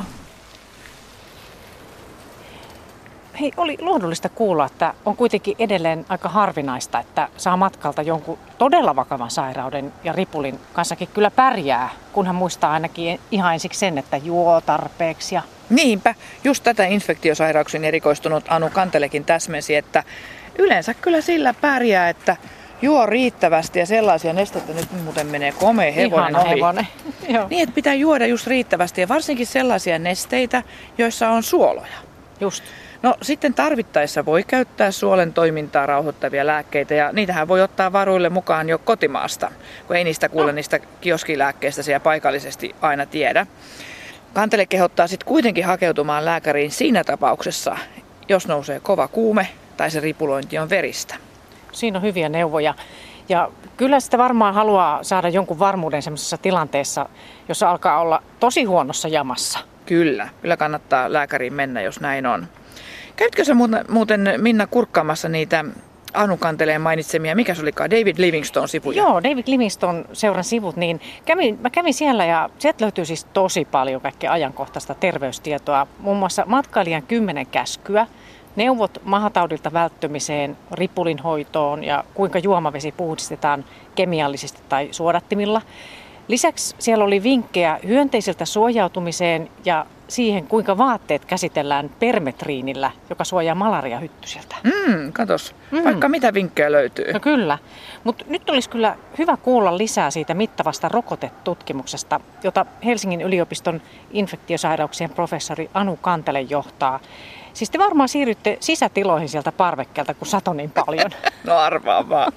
Hei, oli lohdullista kuulla, että on kuitenkin edelleen aika harvinaista, että saa matkalta jonkun todella vakavan sairauden ja ripulin kanssakin kyllä pärjää, kunhan muistaa ainakin ihan ensiksi sen, että juo tarpeeksi. Ja... Niinpä, just tätä infektiosairauksiin erikoistunut Anu Kantelekin täsmensi, että yleensä kyllä sillä pärjää, että juo riittävästi ja sellaisia nestettä, nyt muuten menee komea hevonen Ihana ohi. hevonen. Joo. Niin, että pitää juoda just riittävästi ja varsinkin sellaisia nesteitä, joissa on suoloja. Just. No sitten tarvittaessa voi käyttää suolen toimintaa rauhoittavia lääkkeitä ja niitähän voi ottaa varuille mukaan jo kotimaasta, kun ei niistä kuule no. niistä kioskilääkkeistä siellä paikallisesti aina tiedä. Kantele kehottaa sitten kuitenkin hakeutumaan lääkäriin siinä tapauksessa, jos nousee kova kuume tai se ripulointi on veristä. Siinä on hyviä neuvoja. Ja kyllä sitä varmaan haluaa saada jonkun varmuuden sellaisessa tilanteessa, jossa alkaa olla tosi huonossa jamassa. Kyllä, kyllä kannattaa lääkäriin mennä, jos näin on. Käytkö sä muuten, Minna, kurkkaamassa niitä Anu Kanteleen mainitsemia, mikä se olikaan, David Livingstone-sivuja? Joo, David Livingstone seuran sivut, niin kävin, mä kävin siellä ja sieltä löytyy siis tosi paljon kaikkea ajankohtaista terveystietoa. Muun muassa matkailijan kymmenen käskyä, neuvot mahataudilta välttymiseen, ripulin hoitoon ja kuinka juomavesi puhdistetaan kemiallisesti tai suodattimilla. Lisäksi siellä oli vinkkejä hyönteisiltä suojautumiseen ja siihen, kuinka vaatteet käsitellään permetriinillä, joka suojaa malariahyttysiltä. Mm, katos, mm. vaikka mitä vinkkejä löytyy. No kyllä, mutta nyt olisi kyllä hyvä kuulla lisää siitä mittavasta rokotetutkimuksesta, jota Helsingin yliopiston infektiosairauksien professori Anu Kantele johtaa. Siis te varmaan siirrytte sisätiloihin sieltä parvekkeelta, kun sato niin paljon. No arvaa vaan.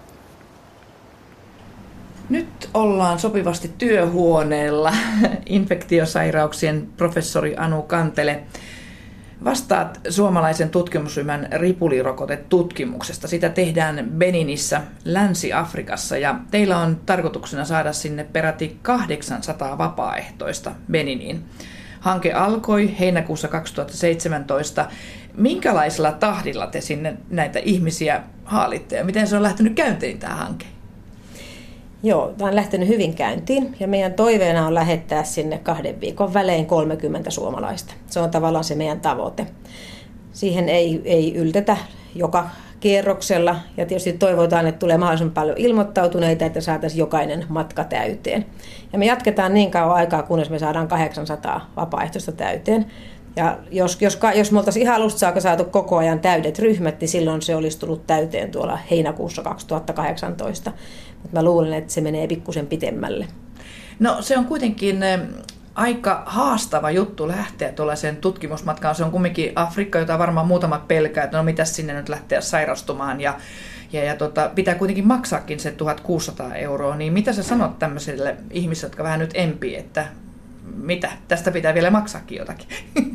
Nyt ollaan sopivasti työhuoneella. Infektiosairauksien professori Anu Kantele. Vastaat suomalaisen tutkimusryhmän ripulirokotetutkimuksesta. Sitä tehdään Beninissä, Länsi-Afrikassa ja teillä on tarkoituksena saada sinne peräti kahdeksansataa vapaaehtoista Beniniin. Hanke alkoi heinäkuussa kaksituhattaseitsemäntoista. Minkälaisella tahdilla te sinne näitä ihmisiä haalitte ja miten se on lähtenyt käyntiin tämä hanke? Joo, tämä on lähtenyt hyvin käyntiin ja meidän toiveena on lähettää sinne kahden viikon välein kolmekymmentä suomalaista. Se on tavallaan se meidän tavoite. Siihen ei, ei yltetä joka kierroksella ja tietysti toivotaan, että tulee mahdollisimman paljon ilmoittautuneita, että saataisiin jokainen matka täyteen. Ja me jatketaan niin kauan aikaa, kunnes me saadaan kahdeksansataa vapaaehtoista täyteen. Ja jos, jos, jos me oltaisiin ihan alusta saakka saatu koko ajan täydet ryhmät, niin silloin se olisi tullut täyteen tuolla heinäkuussa kaksituhattakahdeksantoista. Mutta mä luulen, että se menee pikkusen pitemmälle. No se on kuitenkin aika haastava juttu lähteä tuollaiseen tutkimusmatkaan. Se on kumminkin Afrikka, jota varmaan muutamat pelkää, että no mitäs sinne nyt lähteä sairastumaan. Ja, ja, ja tota, pitää kuitenkin maksaakin se tuhatkuusisataa euroa. Niin mitä sä sanot tämmöisille ihmisille, jotka vähän nyt empii, että mitä, tästä pitää vielä maksaakin jotakin?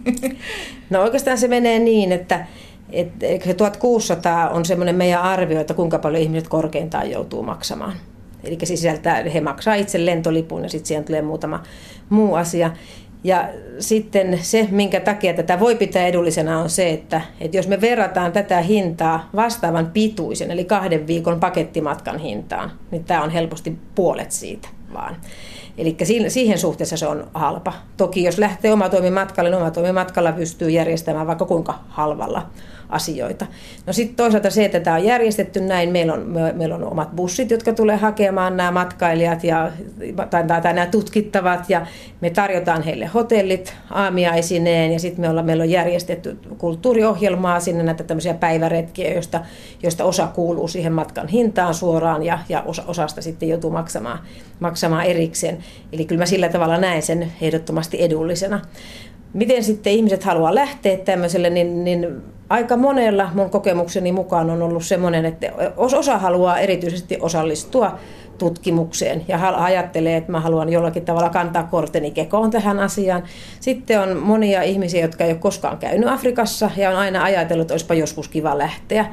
No oikeastaan se menee niin, että että se tuhatkuusisataa on semmoinen meidän arvio, että kuinka paljon ihmiset korkeintaan joutuu maksamaan. Eli se sisältää, he maksaa itse lentolipun ja sitten siihen tulee muutama muu asia. Ja sitten se, minkä takia tätä voi pitää edullisena, on se, että, että jos me verrataan tätä hintaa vastaavan pituisen, eli kahden viikon pakettimatkan hintaan, niin tämä on helposti puolet siitä vaan. Eli siihen suhteessa se on halpa. Toki jos lähtee omatoimimatkalle, niin omatoimimatkalla pystyy järjestämään vaikka kuinka halvalla asioita. No sitten toisaalta se, että tämä on järjestetty näin, meillä on, me, meillä on omat bussit, jotka tulee hakemaan nämä matkailijat ja, tai, tai, tai nämä tutkittavat ja me tarjotaan heille hotellit aamiaisineen ja sitten me ollaan, meillä on järjestetty kulttuuriohjelmaa sinne näitä tämmöisiä päiväretkiä, joista, joista osa kuuluu siihen matkan hintaan suoraan ja, ja osa, osasta sitten joutuu maksamaan, maksamaan erikseen. Eli kyllä mä sillä tavalla näen sen ehdottomasti edullisena. Miten sitten ihmiset haluaa lähteä tämmöiselle, niin, niin aika monella mun kokemukseni mukaan on ollut semmoinen, että osa haluaa erityisesti osallistua tutkimukseen ja ajattelee, että mä haluan jollakin tavalla kantaa korteni kekoon tähän asiaan. Sitten on monia ihmisiä, jotka ei ole koskaan käynyt Afrikassa ja on aina ajatellut, että olisipa joskus kiva lähteä.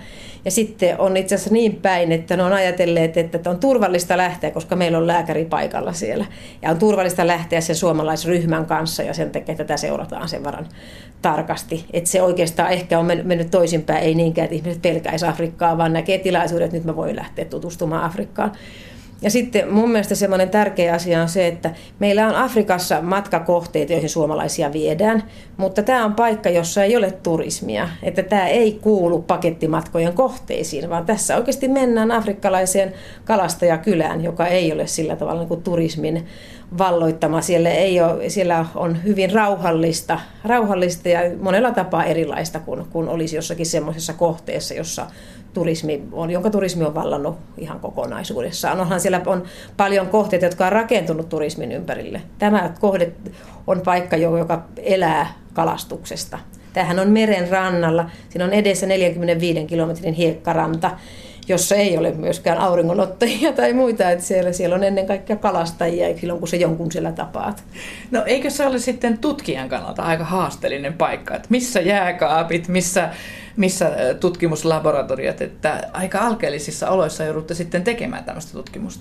Ja sitten on itse asiassa niin päin, että ne on ajatelleet, että on turvallista lähteä, koska meillä on lääkäri paikalla siellä. Ja on turvallista lähteä sen suomalaisryhmän kanssa ja sen takia tätä seurataan sen verran tarkasti. Että se oikeastaan ehkä on mennyt toisinpäin, ei niinkään, että ihmiset pelkäisi Afrikkaa, vaan näkee tilaisuudet, että nyt mä voin lähteä tutustumaan Afrikkaan. Ja sitten mun mielestä semmoinen tärkeä asia on se, että meillä on Afrikassa matkakohteita, joihin suomalaisia viedään, mutta tämä on paikka, jossa ei ole turismia. Että tämä ei kuulu pakettimatkojen kohteisiin, vaan tässä oikeasti mennään afrikkalaiseen kalastajakylään, joka ei ole sillä tavalla niin kuin turismin valloittama. Siellä, ei ole, siellä on hyvin rauhallista, rauhallista ja monella tapaa erilaista kuin, kuin olisi jossakin semmoisessa kohteessa, jossa turismi on, jonka turismi on vallannut ihan kokonaisuudessaan. Onhan siellä on paljon kohteita, jotka on rakentunut turismin ympärille. Tämä kohde on paikka, joka elää kalastuksesta. Tämähän on meren rannalla. Siinä on edessä neljäkymmentäviisi kilometrin hiekkaranta, jossa ei ole myöskään auringonottajia tai muita. Että siellä, siellä on ennen kaikkea kalastajia silloin, kun se jonkun siellä tapaat. No eikö se ole sitten tutkijan kannalta aika haasteellinen paikka? Että missä jääkaapit, missä, missä tutkimuslaboratoriot, että aika alkeellisissa oloissa joudutte sitten tekemään tämmöistä tutkimusta?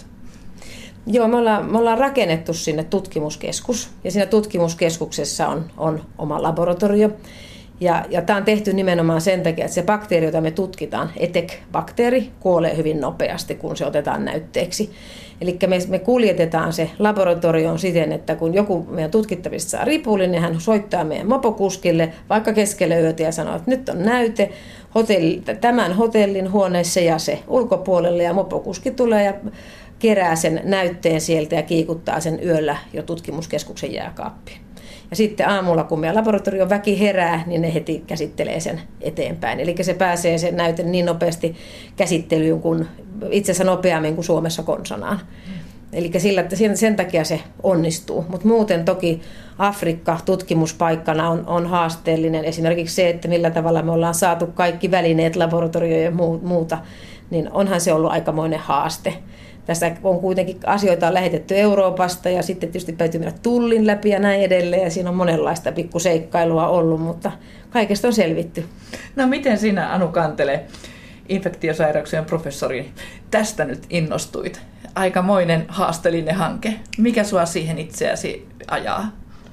Joo, me ollaan, me ollaan rakennettu sinne tutkimuskeskus ja siinä tutkimuskeskuksessa on, on oma laboratorio. Ja, ja tämä on tehty nimenomaan sen takia, että se bakteeri, jota me tutkitaan, E T E C-bakteeri, kuolee hyvin nopeasti, kun se otetaan näytteeksi. Eli me, me kuljetetaan se laboratorioon siten, että kun joku meidän tutkittavista saa ripulin, niin hän soittaa meidän mopokuskille vaikka keskelle yötä ja sanoo, että nyt on näyte hotelli, tämän hotellin huoneessa ja se ulkopuolelle, ja mopokuski tulee ja kerää sen näytteen sieltä ja kiikuttaa sen yöllä jo tutkimuskeskuksen jääkaappiin. Ja sitten aamulla, kun meidän laboratorion väki herää, niin ne heti käsittelee sen eteenpäin. Eli se pääsee sen näyte niin nopeasti käsittelyyn kuin itse asiassa nopeammin kuin Suomessa konsanaan. Eli sillä, että sen takia se onnistuu. Mutta muuten toki Afrikka tutkimuspaikkana on, on haasteellinen. Esimerkiksi se, että millä tavalla me ollaan saatu kaikki välineet laboratorioon ja muuta, niin onhan se ollut aikamoinen haaste. Tässä on kuitenkin asioita on lähetetty Euroopasta ja sitten tietysti täytyy mennä tullin läpi ja näin edelleen. Ja siinä on monenlaista pikkuseikkailua ollut, mutta kaikesta on selvitty. No miten sinä, Anu Kantele, infektiosairauksien professori, tästä nyt innostuit? Aikamoinen haasteellinen hanke. Mikä sua siihen itseäsi ajaa?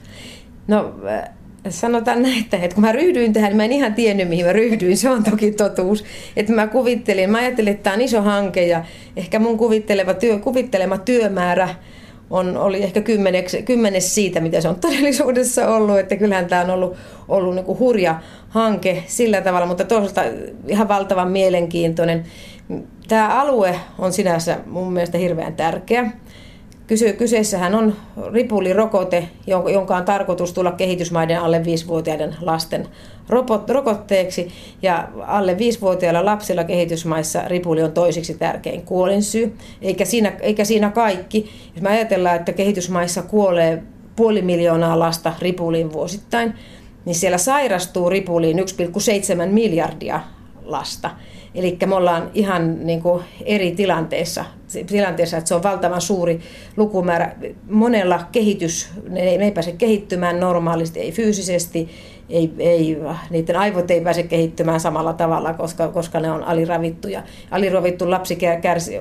No sanotaan näin, että kun mä ryhdyin tähän, niin mä en ihan tiennyt, mihin mä ryhdyin. Se on toki totuus. Että mä kuvittelin, mä ajattelin, että tämä on iso hanke ja ehkä mun kuvittelema, työ, kuvittelema työmäärä on, oli ehkä kymmenes, kymmenes siitä, mitä se on todellisuudessa ollut. Että kyllähän tämä on ollut, ollut niin kuin hurja hanke sillä tavalla, mutta toisaalta ihan valtavan mielenkiintoinen. Tämä alue on sinänsä mun mielestä hirveän tärkeä. Kyseessähän on ripulirokote, jonka on tarkoitus tulla kehitysmaiden alle viisivuotiaiden lasten rokotteeksi. Ja alle viisivuotiailla lapsilla kehitysmaissa ripuli on toiseksi tärkein kuolinsyy. Eikä siinä, eikä siinä kaikki. Jos me ajatellaan, että kehitysmaissa kuolee puoli miljoonaa lasta ripuliin vuosittain, niin siellä sairastuu ripuliin yksi pilkku seitsemän miljardia lasta. Eli me ollaan ihan niin kuin eri tilanteessa, tilanteessa, että se on valtavan suuri lukumäärä. Monella kehitys, ne ei, ne ei pääse kehittymään normaalisti, ei fyysisesti, ei, ei, niiden aivot ei pääse kehittymään samalla tavalla, koska, koska ne on aliravittuja. Aliravittu lapsi kärsi,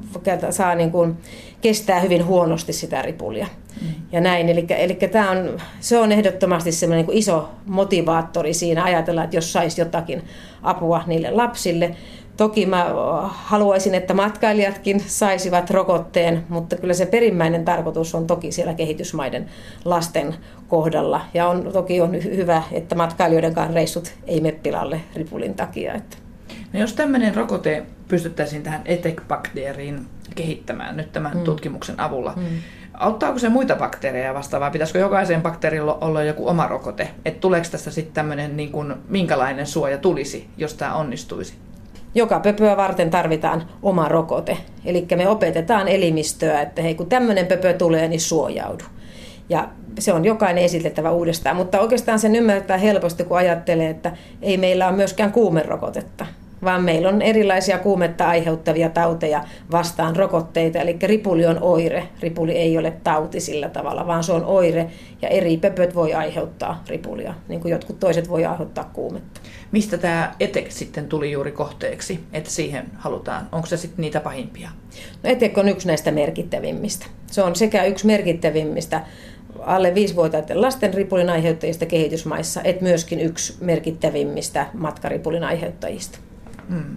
saa niin kuin, kestää hyvin huonosti sitä ripulia. Mm. Ja näin, eli, eli tämä on, se on ehdottomasti semmoinen niin iso motivaattori siinä ajatella, että jos saisi jotakin apua niille lapsille. Toki mä haluaisin, että matkailijatkin saisivat rokotteen, mutta kyllä se perimmäinen tarkoitus on toki siellä kehitysmaiden lasten kohdalla. Ja on toki on hyvä, että matkailijoidenkaan reissut ei mene pilalle ripulin takia. Että. No jos tämmöinen rokote pystyttäisiin tähän E T E C-bakteeriin kehittämään nyt tämän mm. tutkimuksen avulla, mm. auttaako se muita bakteereja vastaavaa? Pitäisikö jokaisen bakteerilla olla joku oma rokote? Että tuleeko tästä sitten tämmöinen, niin kuin, minkälainen suoja tulisi, jos tämä onnistuisi? Joka pöpöä varten tarvitaan oma rokote. Eli me opetetaan elimistöä, että hei, kun tämmöinen pöpö tulee, niin suojaudu. Ja se on jokainen esitettävä uudestaan, mutta oikeastaan sen ymmärtää helposti, kun ajattelee, että ei meillä ole myöskään kuumerokotetta, vaan meillä on erilaisia kuumetta aiheuttavia tauteja vastaan rokotteita. Eli ripuli on oire. Ripuli ei ole tauti sillä tavalla, vaan se on oire ja eri pöpöt voi aiheuttaa ripulia, niin kuin jotkut toiset voi aiheuttaa kuumetta. Mistä tämä ETEC sitten tuli juuri kohteeksi, että siihen halutaan? Onko se sitten niitä pahimpia? No ETEC on yksi näistä merkittävimmistä. Se on sekä yksi merkittävimmistä alle viisivuotiaiden lasten ripulin aiheuttajista kehitysmaissa, että myöskin yksi merkittävimmistä matkaripulin aiheuttajista. Hmm.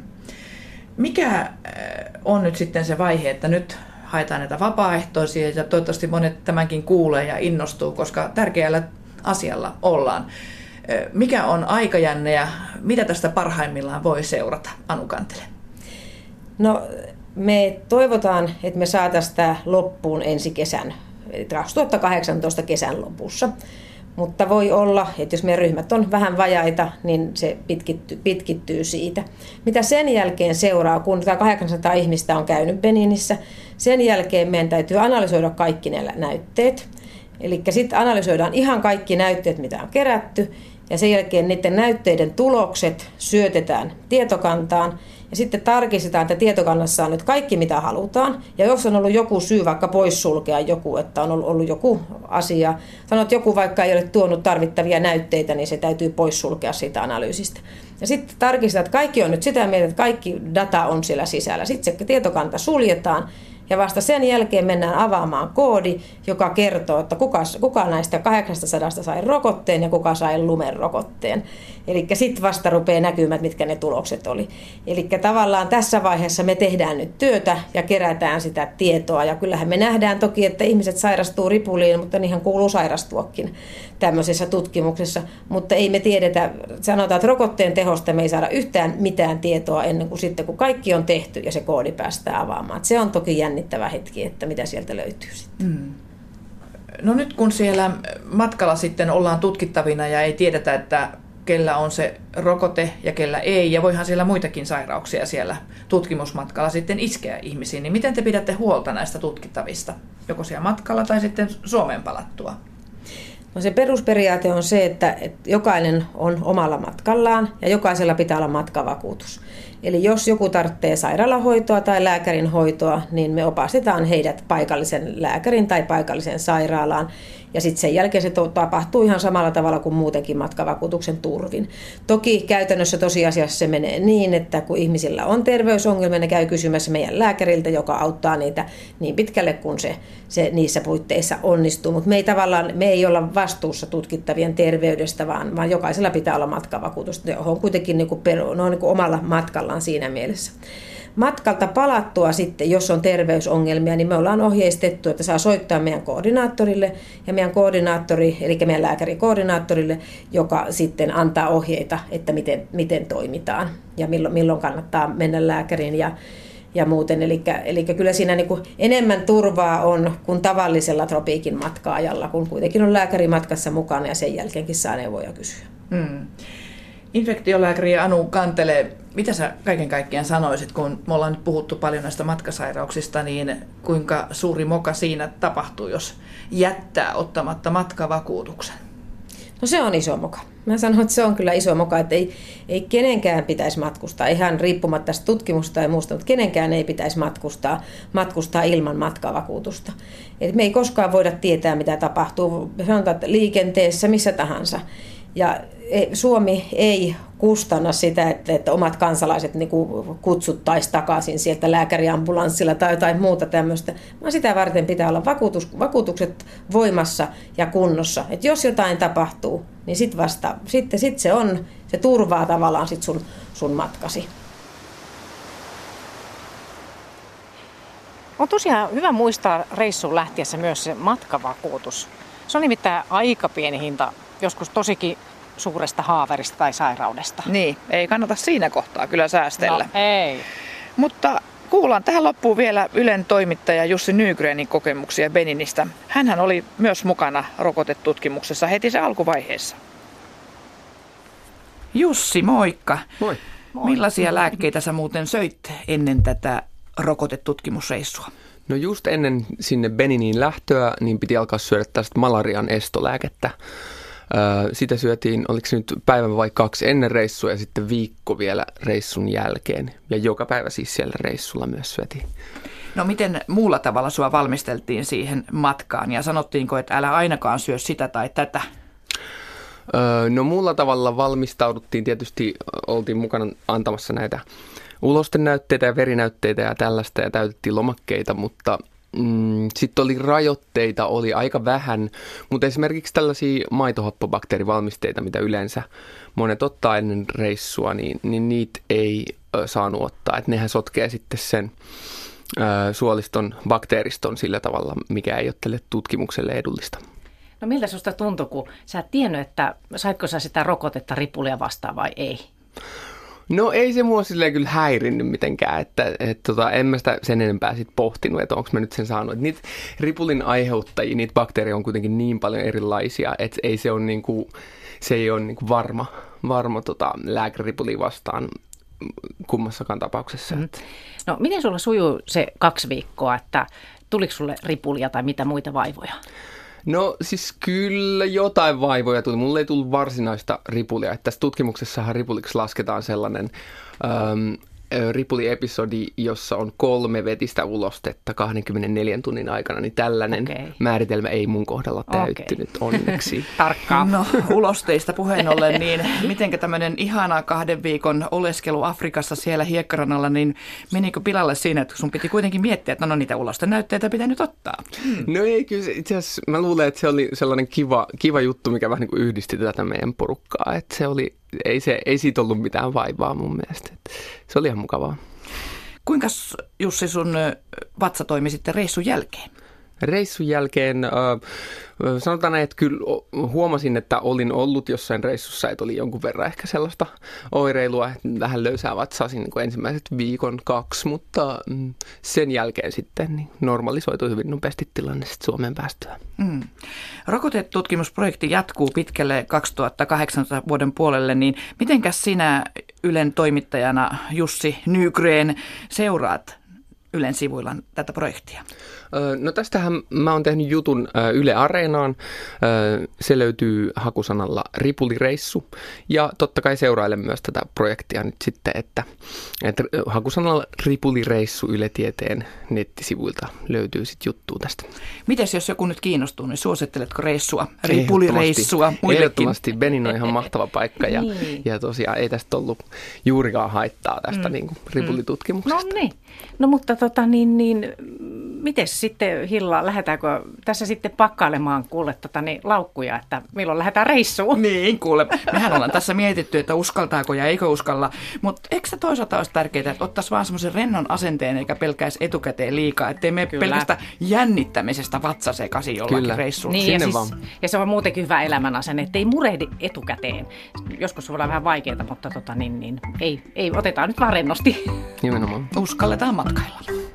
Mikä on nyt sitten se vaihe, että nyt haetaan näitä vapaaehtoisia ja toivottavasti monet tämänkin kuulee ja innostuu, koska tärkeällä asialla ollaan. Mikä on aikajänne ja mitä tästä parhaimmillaan voi seurata? Anu Kantele. No me toivotaan, että me saataisiin tämä loppuun ensi kesän, kaksituhattakahdeksantoista kesän lopussa. Mutta voi olla, että jos meidän ryhmät on vähän vajaita, niin se pitkittyy, pitkittyy siitä. Mitä sen jälkeen seuraa, kun tämä kahdeksansataa ihmistä on käynyt Beninissä, sen jälkeen meidän täytyy analysoida kaikki nämä näytteet. Eli sitten analysoidaan ihan kaikki näytteet, mitä on kerätty, ja sen jälkeen niiden näytteiden tulokset syötetään tietokantaan, ja sitten tarkistetaan, että tietokannassa on nyt kaikki, mitä halutaan. Ja jos on ollut joku syy vaikka poissulkea joku, että on ollut joku asia, sanoo, että joku vaikka ei ole tuonut tarvittavia näytteitä, niin se täytyy poissulkea siitä analyysistä. Ja sitten tarkistetaan, että kaikki on nyt sitä mieltä, että kaikki data on siellä sisällä. Sitten se tietokanta suljetaan. Ja vasta sen jälkeen mennään avaamaan koodi, joka kertoo, että kuka, kuka näistä kahdeksansataa sai rokotteen ja kuka sai lumen rokotteen. Eli sitten vasta rupeaa näkymään, mitkä ne tulokset oli. Eli tavallaan tässä vaiheessa me tehdään nyt työtä ja kerätään sitä tietoa. Ja kyllähän me nähdään toki, että ihmiset sairastuu ripuliin, mutta niihin kuuluu sairastuakin tämmöisessä tutkimuksessa. Mutta ei me tiedetä, sanotaan, että rokotteen tehosta me ei saada yhtään mitään tietoa ennen kuin sitten, kun kaikki on tehty ja se koodi päästään avaamaan. Se on toki jännittävä hetki, että mitä sieltä löytyy sitten. Mm. No nyt kun siellä matkalla sitten ollaan tutkittavina ja ei tiedetä, että kellä on se rokote ja kellä ei, ja voihan siellä muitakin sairauksia siellä tutkimusmatkalla sitten iskeä ihmisiin, niin miten te pidätte huolta näistä tutkittavista, joko siellä matkalla tai sitten Suomeen palattua? No se perusperiaate on se, että, että jokainen on omalla matkallaan ja jokaisella pitää olla matkavakuutus. Eli jos joku tarvitsee sairaalahoitoa tai lääkärin hoitoa, niin me opastetaan heidät paikallisen lääkärin tai paikallisen sairaalaan. Ja sitten sen jälkeen se tapahtuu ihan samalla tavalla kuin muutenkin matkavakuutuksen turvin. Toki käytännössä tosiasiassa se menee niin, että kun ihmisillä on terveysongelmia, ne käy kysymässä meidän lääkäriltä, joka auttaa niitä niin pitkälle, kun se, se niissä puitteissa onnistuu. Mutta me ei tavallaan me ei olla vastuussa tutkittavien terveydestä, vaan, vaan jokaisella pitää olla matkavakuutus. Ne on kuitenkin niin kuin peru, ne on niin kuin omalla matkallaan siinä mielessä. Matkalta palattua sitten, jos on terveysongelmia, niin me ollaan ohjeistettu, että saa soittaa meidän koordinaattorille ja meidän koordinaattori, eli meidän lääkärikoordinaattorille, joka sitten antaa ohjeita, että miten, miten toimitaan ja milloin, milloin kannattaa mennä lääkäriin ja, ja muuten. Eli, eli kyllä siinä niin kuin enemmän turvaa on kuin tavallisella tropiikin matka-ajalla, kun kuitenkin on lääkäri matkassa mukana ja sen jälkeenkin saa neuvoja kysyä. Hmm. Infektiolääkäri Anu Kantele, mitä sä kaiken kaikkiaan sanoisit, kun me ollaan nyt puhuttu paljon näistä matkasairauksista, niin kuinka suuri moka siinä tapahtuu, jos jättää ottamatta matkavakuutuksen? No se on iso moka. Mä sanon, että se on kyllä iso moka, että ei, ei kenenkään pitäisi matkustaa, ihan riippumatta tästä tutkimusta tai muusta, mutta kenenkään ei pitäisi matkustaa, matkustaa ilman matkavakuutusta. Et me ei koskaan voida tietää, mitä tapahtuu, sanotaan, että liikenteessä, missä tahansa. Ja Suomi ei kustanna sitä, että, että omat kansalaiset niin kuin kutsuttaisiin takaisin sieltä lääkäriambulanssilla tai jotain muuta tämmöistä, vaan sitä varten pitää olla vakuutus, vakuutukset voimassa ja kunnossa. Että jos jotain tapahtuu, niin sit vasta, sitten sit se, on, se turvaa tavallaan sit sun, sun matkasi. On tosiaan hyvä muistaa reissuun lähtiessä myös se matkavakuutus. Se on nimittäin aika pieni hinta, joskus tosikin suuresta haaverista tai sairaudesta. Niin, ei kannata siinä kohtaa kyllä säästellä. No, ei. Mutta kuullaan tähän loppuun vielä Ylen toimittaja Jussi Nygrenin kokemuksia Beninistä. Hänhän oli myös mukana rokotetutkimuksessa heti se alkuvaiheessa. Jussi, moikka. Moi. Moi. Millaisia lääkkeitä sä muuten söit ennen tätä rokotetutkimusreissua? No just ennen sinne Beniniin lähtöä, niin piti alkaa syödä tästä malarian estolääkettä. Sitä syötiin, oliko se nyt päivän vai kaksi ennen reissua ja sitten viikko vielä reissun jälkeen. Ja joka päivä siis siellä reissulla myös syötiin. No miten muulla tavalla sua valmisteltiin siihen matkaan ja sanottiinko, että älä ainakaan syö sitä tai tätä? Öö, no muulla tavalla valmistauduttiin. Tietysti oltiin mukana antamassa näitä ulostenäytteitä ja verinäytteitä ja tällaista ja täytettiin lomakkeita, mutta mm, sitten oli rajoitteita, oli aika vähän. Mutta esimerkiksi tällaisia maitohappobakteerivalmisteita, mitä yleensä monet ottaa ennen reissua, niin, niin niitä ei ö, saanut ottaa. Et nehän sotkee sitten sen ö, suoliston bakteeriston sillä tavalla, mikä ei ole tälle tutkimukselle edullista. No miltä susta tuntui, kun sä et tiennyt, että saitko sä sitä rokotetta ripulia vastaan vai ei? No ei se mua silleen kyllä häirinnyt mitenkään, että et, tota, en mä sitä sen enempää sit pohtinut, että onko mä nyt sen saanut. Et niitä ripulin aiheuttajia, niitä bakteereja on kuitenkin niin paljon erilaisia, että ei se, on niinku, se ei ole niinku varma, varma tota, lääkeripuli vastaan kummassakaan tapauksessa. Mm. No miten sulla sujuu se kaksi viikkoa, että tuliko sulle ripulia tai mitä muita vaivoja? No siis kyllä jotain vaivoja tuli. Mulle ei tullut varsinaista ripulia. Että tässä tutkimuksessahan ripuliksi lasketaan sellainen ähm, ripuliepisodi, jossa on kolme vetistä ulostetta kaksikymmentäneljä tunnin aikana, niin tällainen okay. määritelmä ei mun kohdalla täyttynyt okay. onneksi. Tarkkaa. No ulosteista puheen ollen, niin mitenkä tämmöinen ihana kahden viikon oleskelu Afrikassa siellä hiekkarannalla, niin menikö pilalle siinä, että sun piti kuitenkin miettiä, että no niitä ulostenäytteitä pitää nyt ottaa? Hmm. No ei, kyllä itse asiassa mä luulen, että se oli sellainen kiva, kiva juttu, mikä vähän niin kuin yhdisti tätä meidän porukkaa, että se oli Ei, se, ei siitä ollut mitään vaivaa mun mielestä. Se oli ihan mukavaa. Kuinka Jussi sun vatsa toimi sitten reissun jälkeen? Reissun jälkeen äh, sanotaan näin, että kyllä huomasin, että olin ollut jossain reissussa, että oli jonkun verran ehkä sellaista oireilua, että vähän löysää vatsaa siinä niin ensimmäiset viikon kaksi, mutta mm, sen jälkeen sitten niin normalisoitui hyvin nopeasti tilanne sitten Suomeen päästyä. Mm. Rokotetutkimusprojekti jatkuu pitkälle kaksituhattakahdeksantoista vuoden puolelle, niin mitenkäs sinä Ylen toimittajana Jussi Nygren seuraat Ylen sivuilla tätä projektia? No tästähän mä oon tehnyt jutun Yle Areenaan. Se löytyy hakusanalla ripulireissu. Ja totta kai seurailen myös tätä projektia nyt sitten, että, että hakusanalla ripulireissu Yle Tieteen nettisivuilta löytyy sitten juttua tästä. Mites jos joku nyt kiinnostuu, niin suositteletko reissua, ripulireissua muillekin? Ehdottomasti. Benin on ihan mahtava paikka ja, niin. ja tosiaan ei tästä ollut juurikaan haittaa tästä mm. niin kuin ripulitutkimuksesta. No niin. No mutta tota niin, niin miten sitten Hilla, lähdetäänkö tässä sitten pakkailemaan kuule tota, niin, laukkuja, että milloin lähdetään reissuun? Niin kuule, mehän ollaan tässä mietitty, että uskaltaako ja eikö uskalla, mutta eikö se toisaalta olisi tärkeää, että ottaisi vaan semmoisen rennon asenteen eikä pelkäisi etukäteen liikaa, ettei mene pelkästä jännittämisestä vatsa sekaisin jollakin Kyllä. reissulla. Niin, ja, siis, ja se on muutenkin hyvä elämän asenne, ettei murehdi etukäteen. Joskus voi olla vähän vaikeaa, mutta tota, niin, niin, ei, ei, otetaan nyt vaan rennosti. Nimenomaan. Uskalletaan matkailla.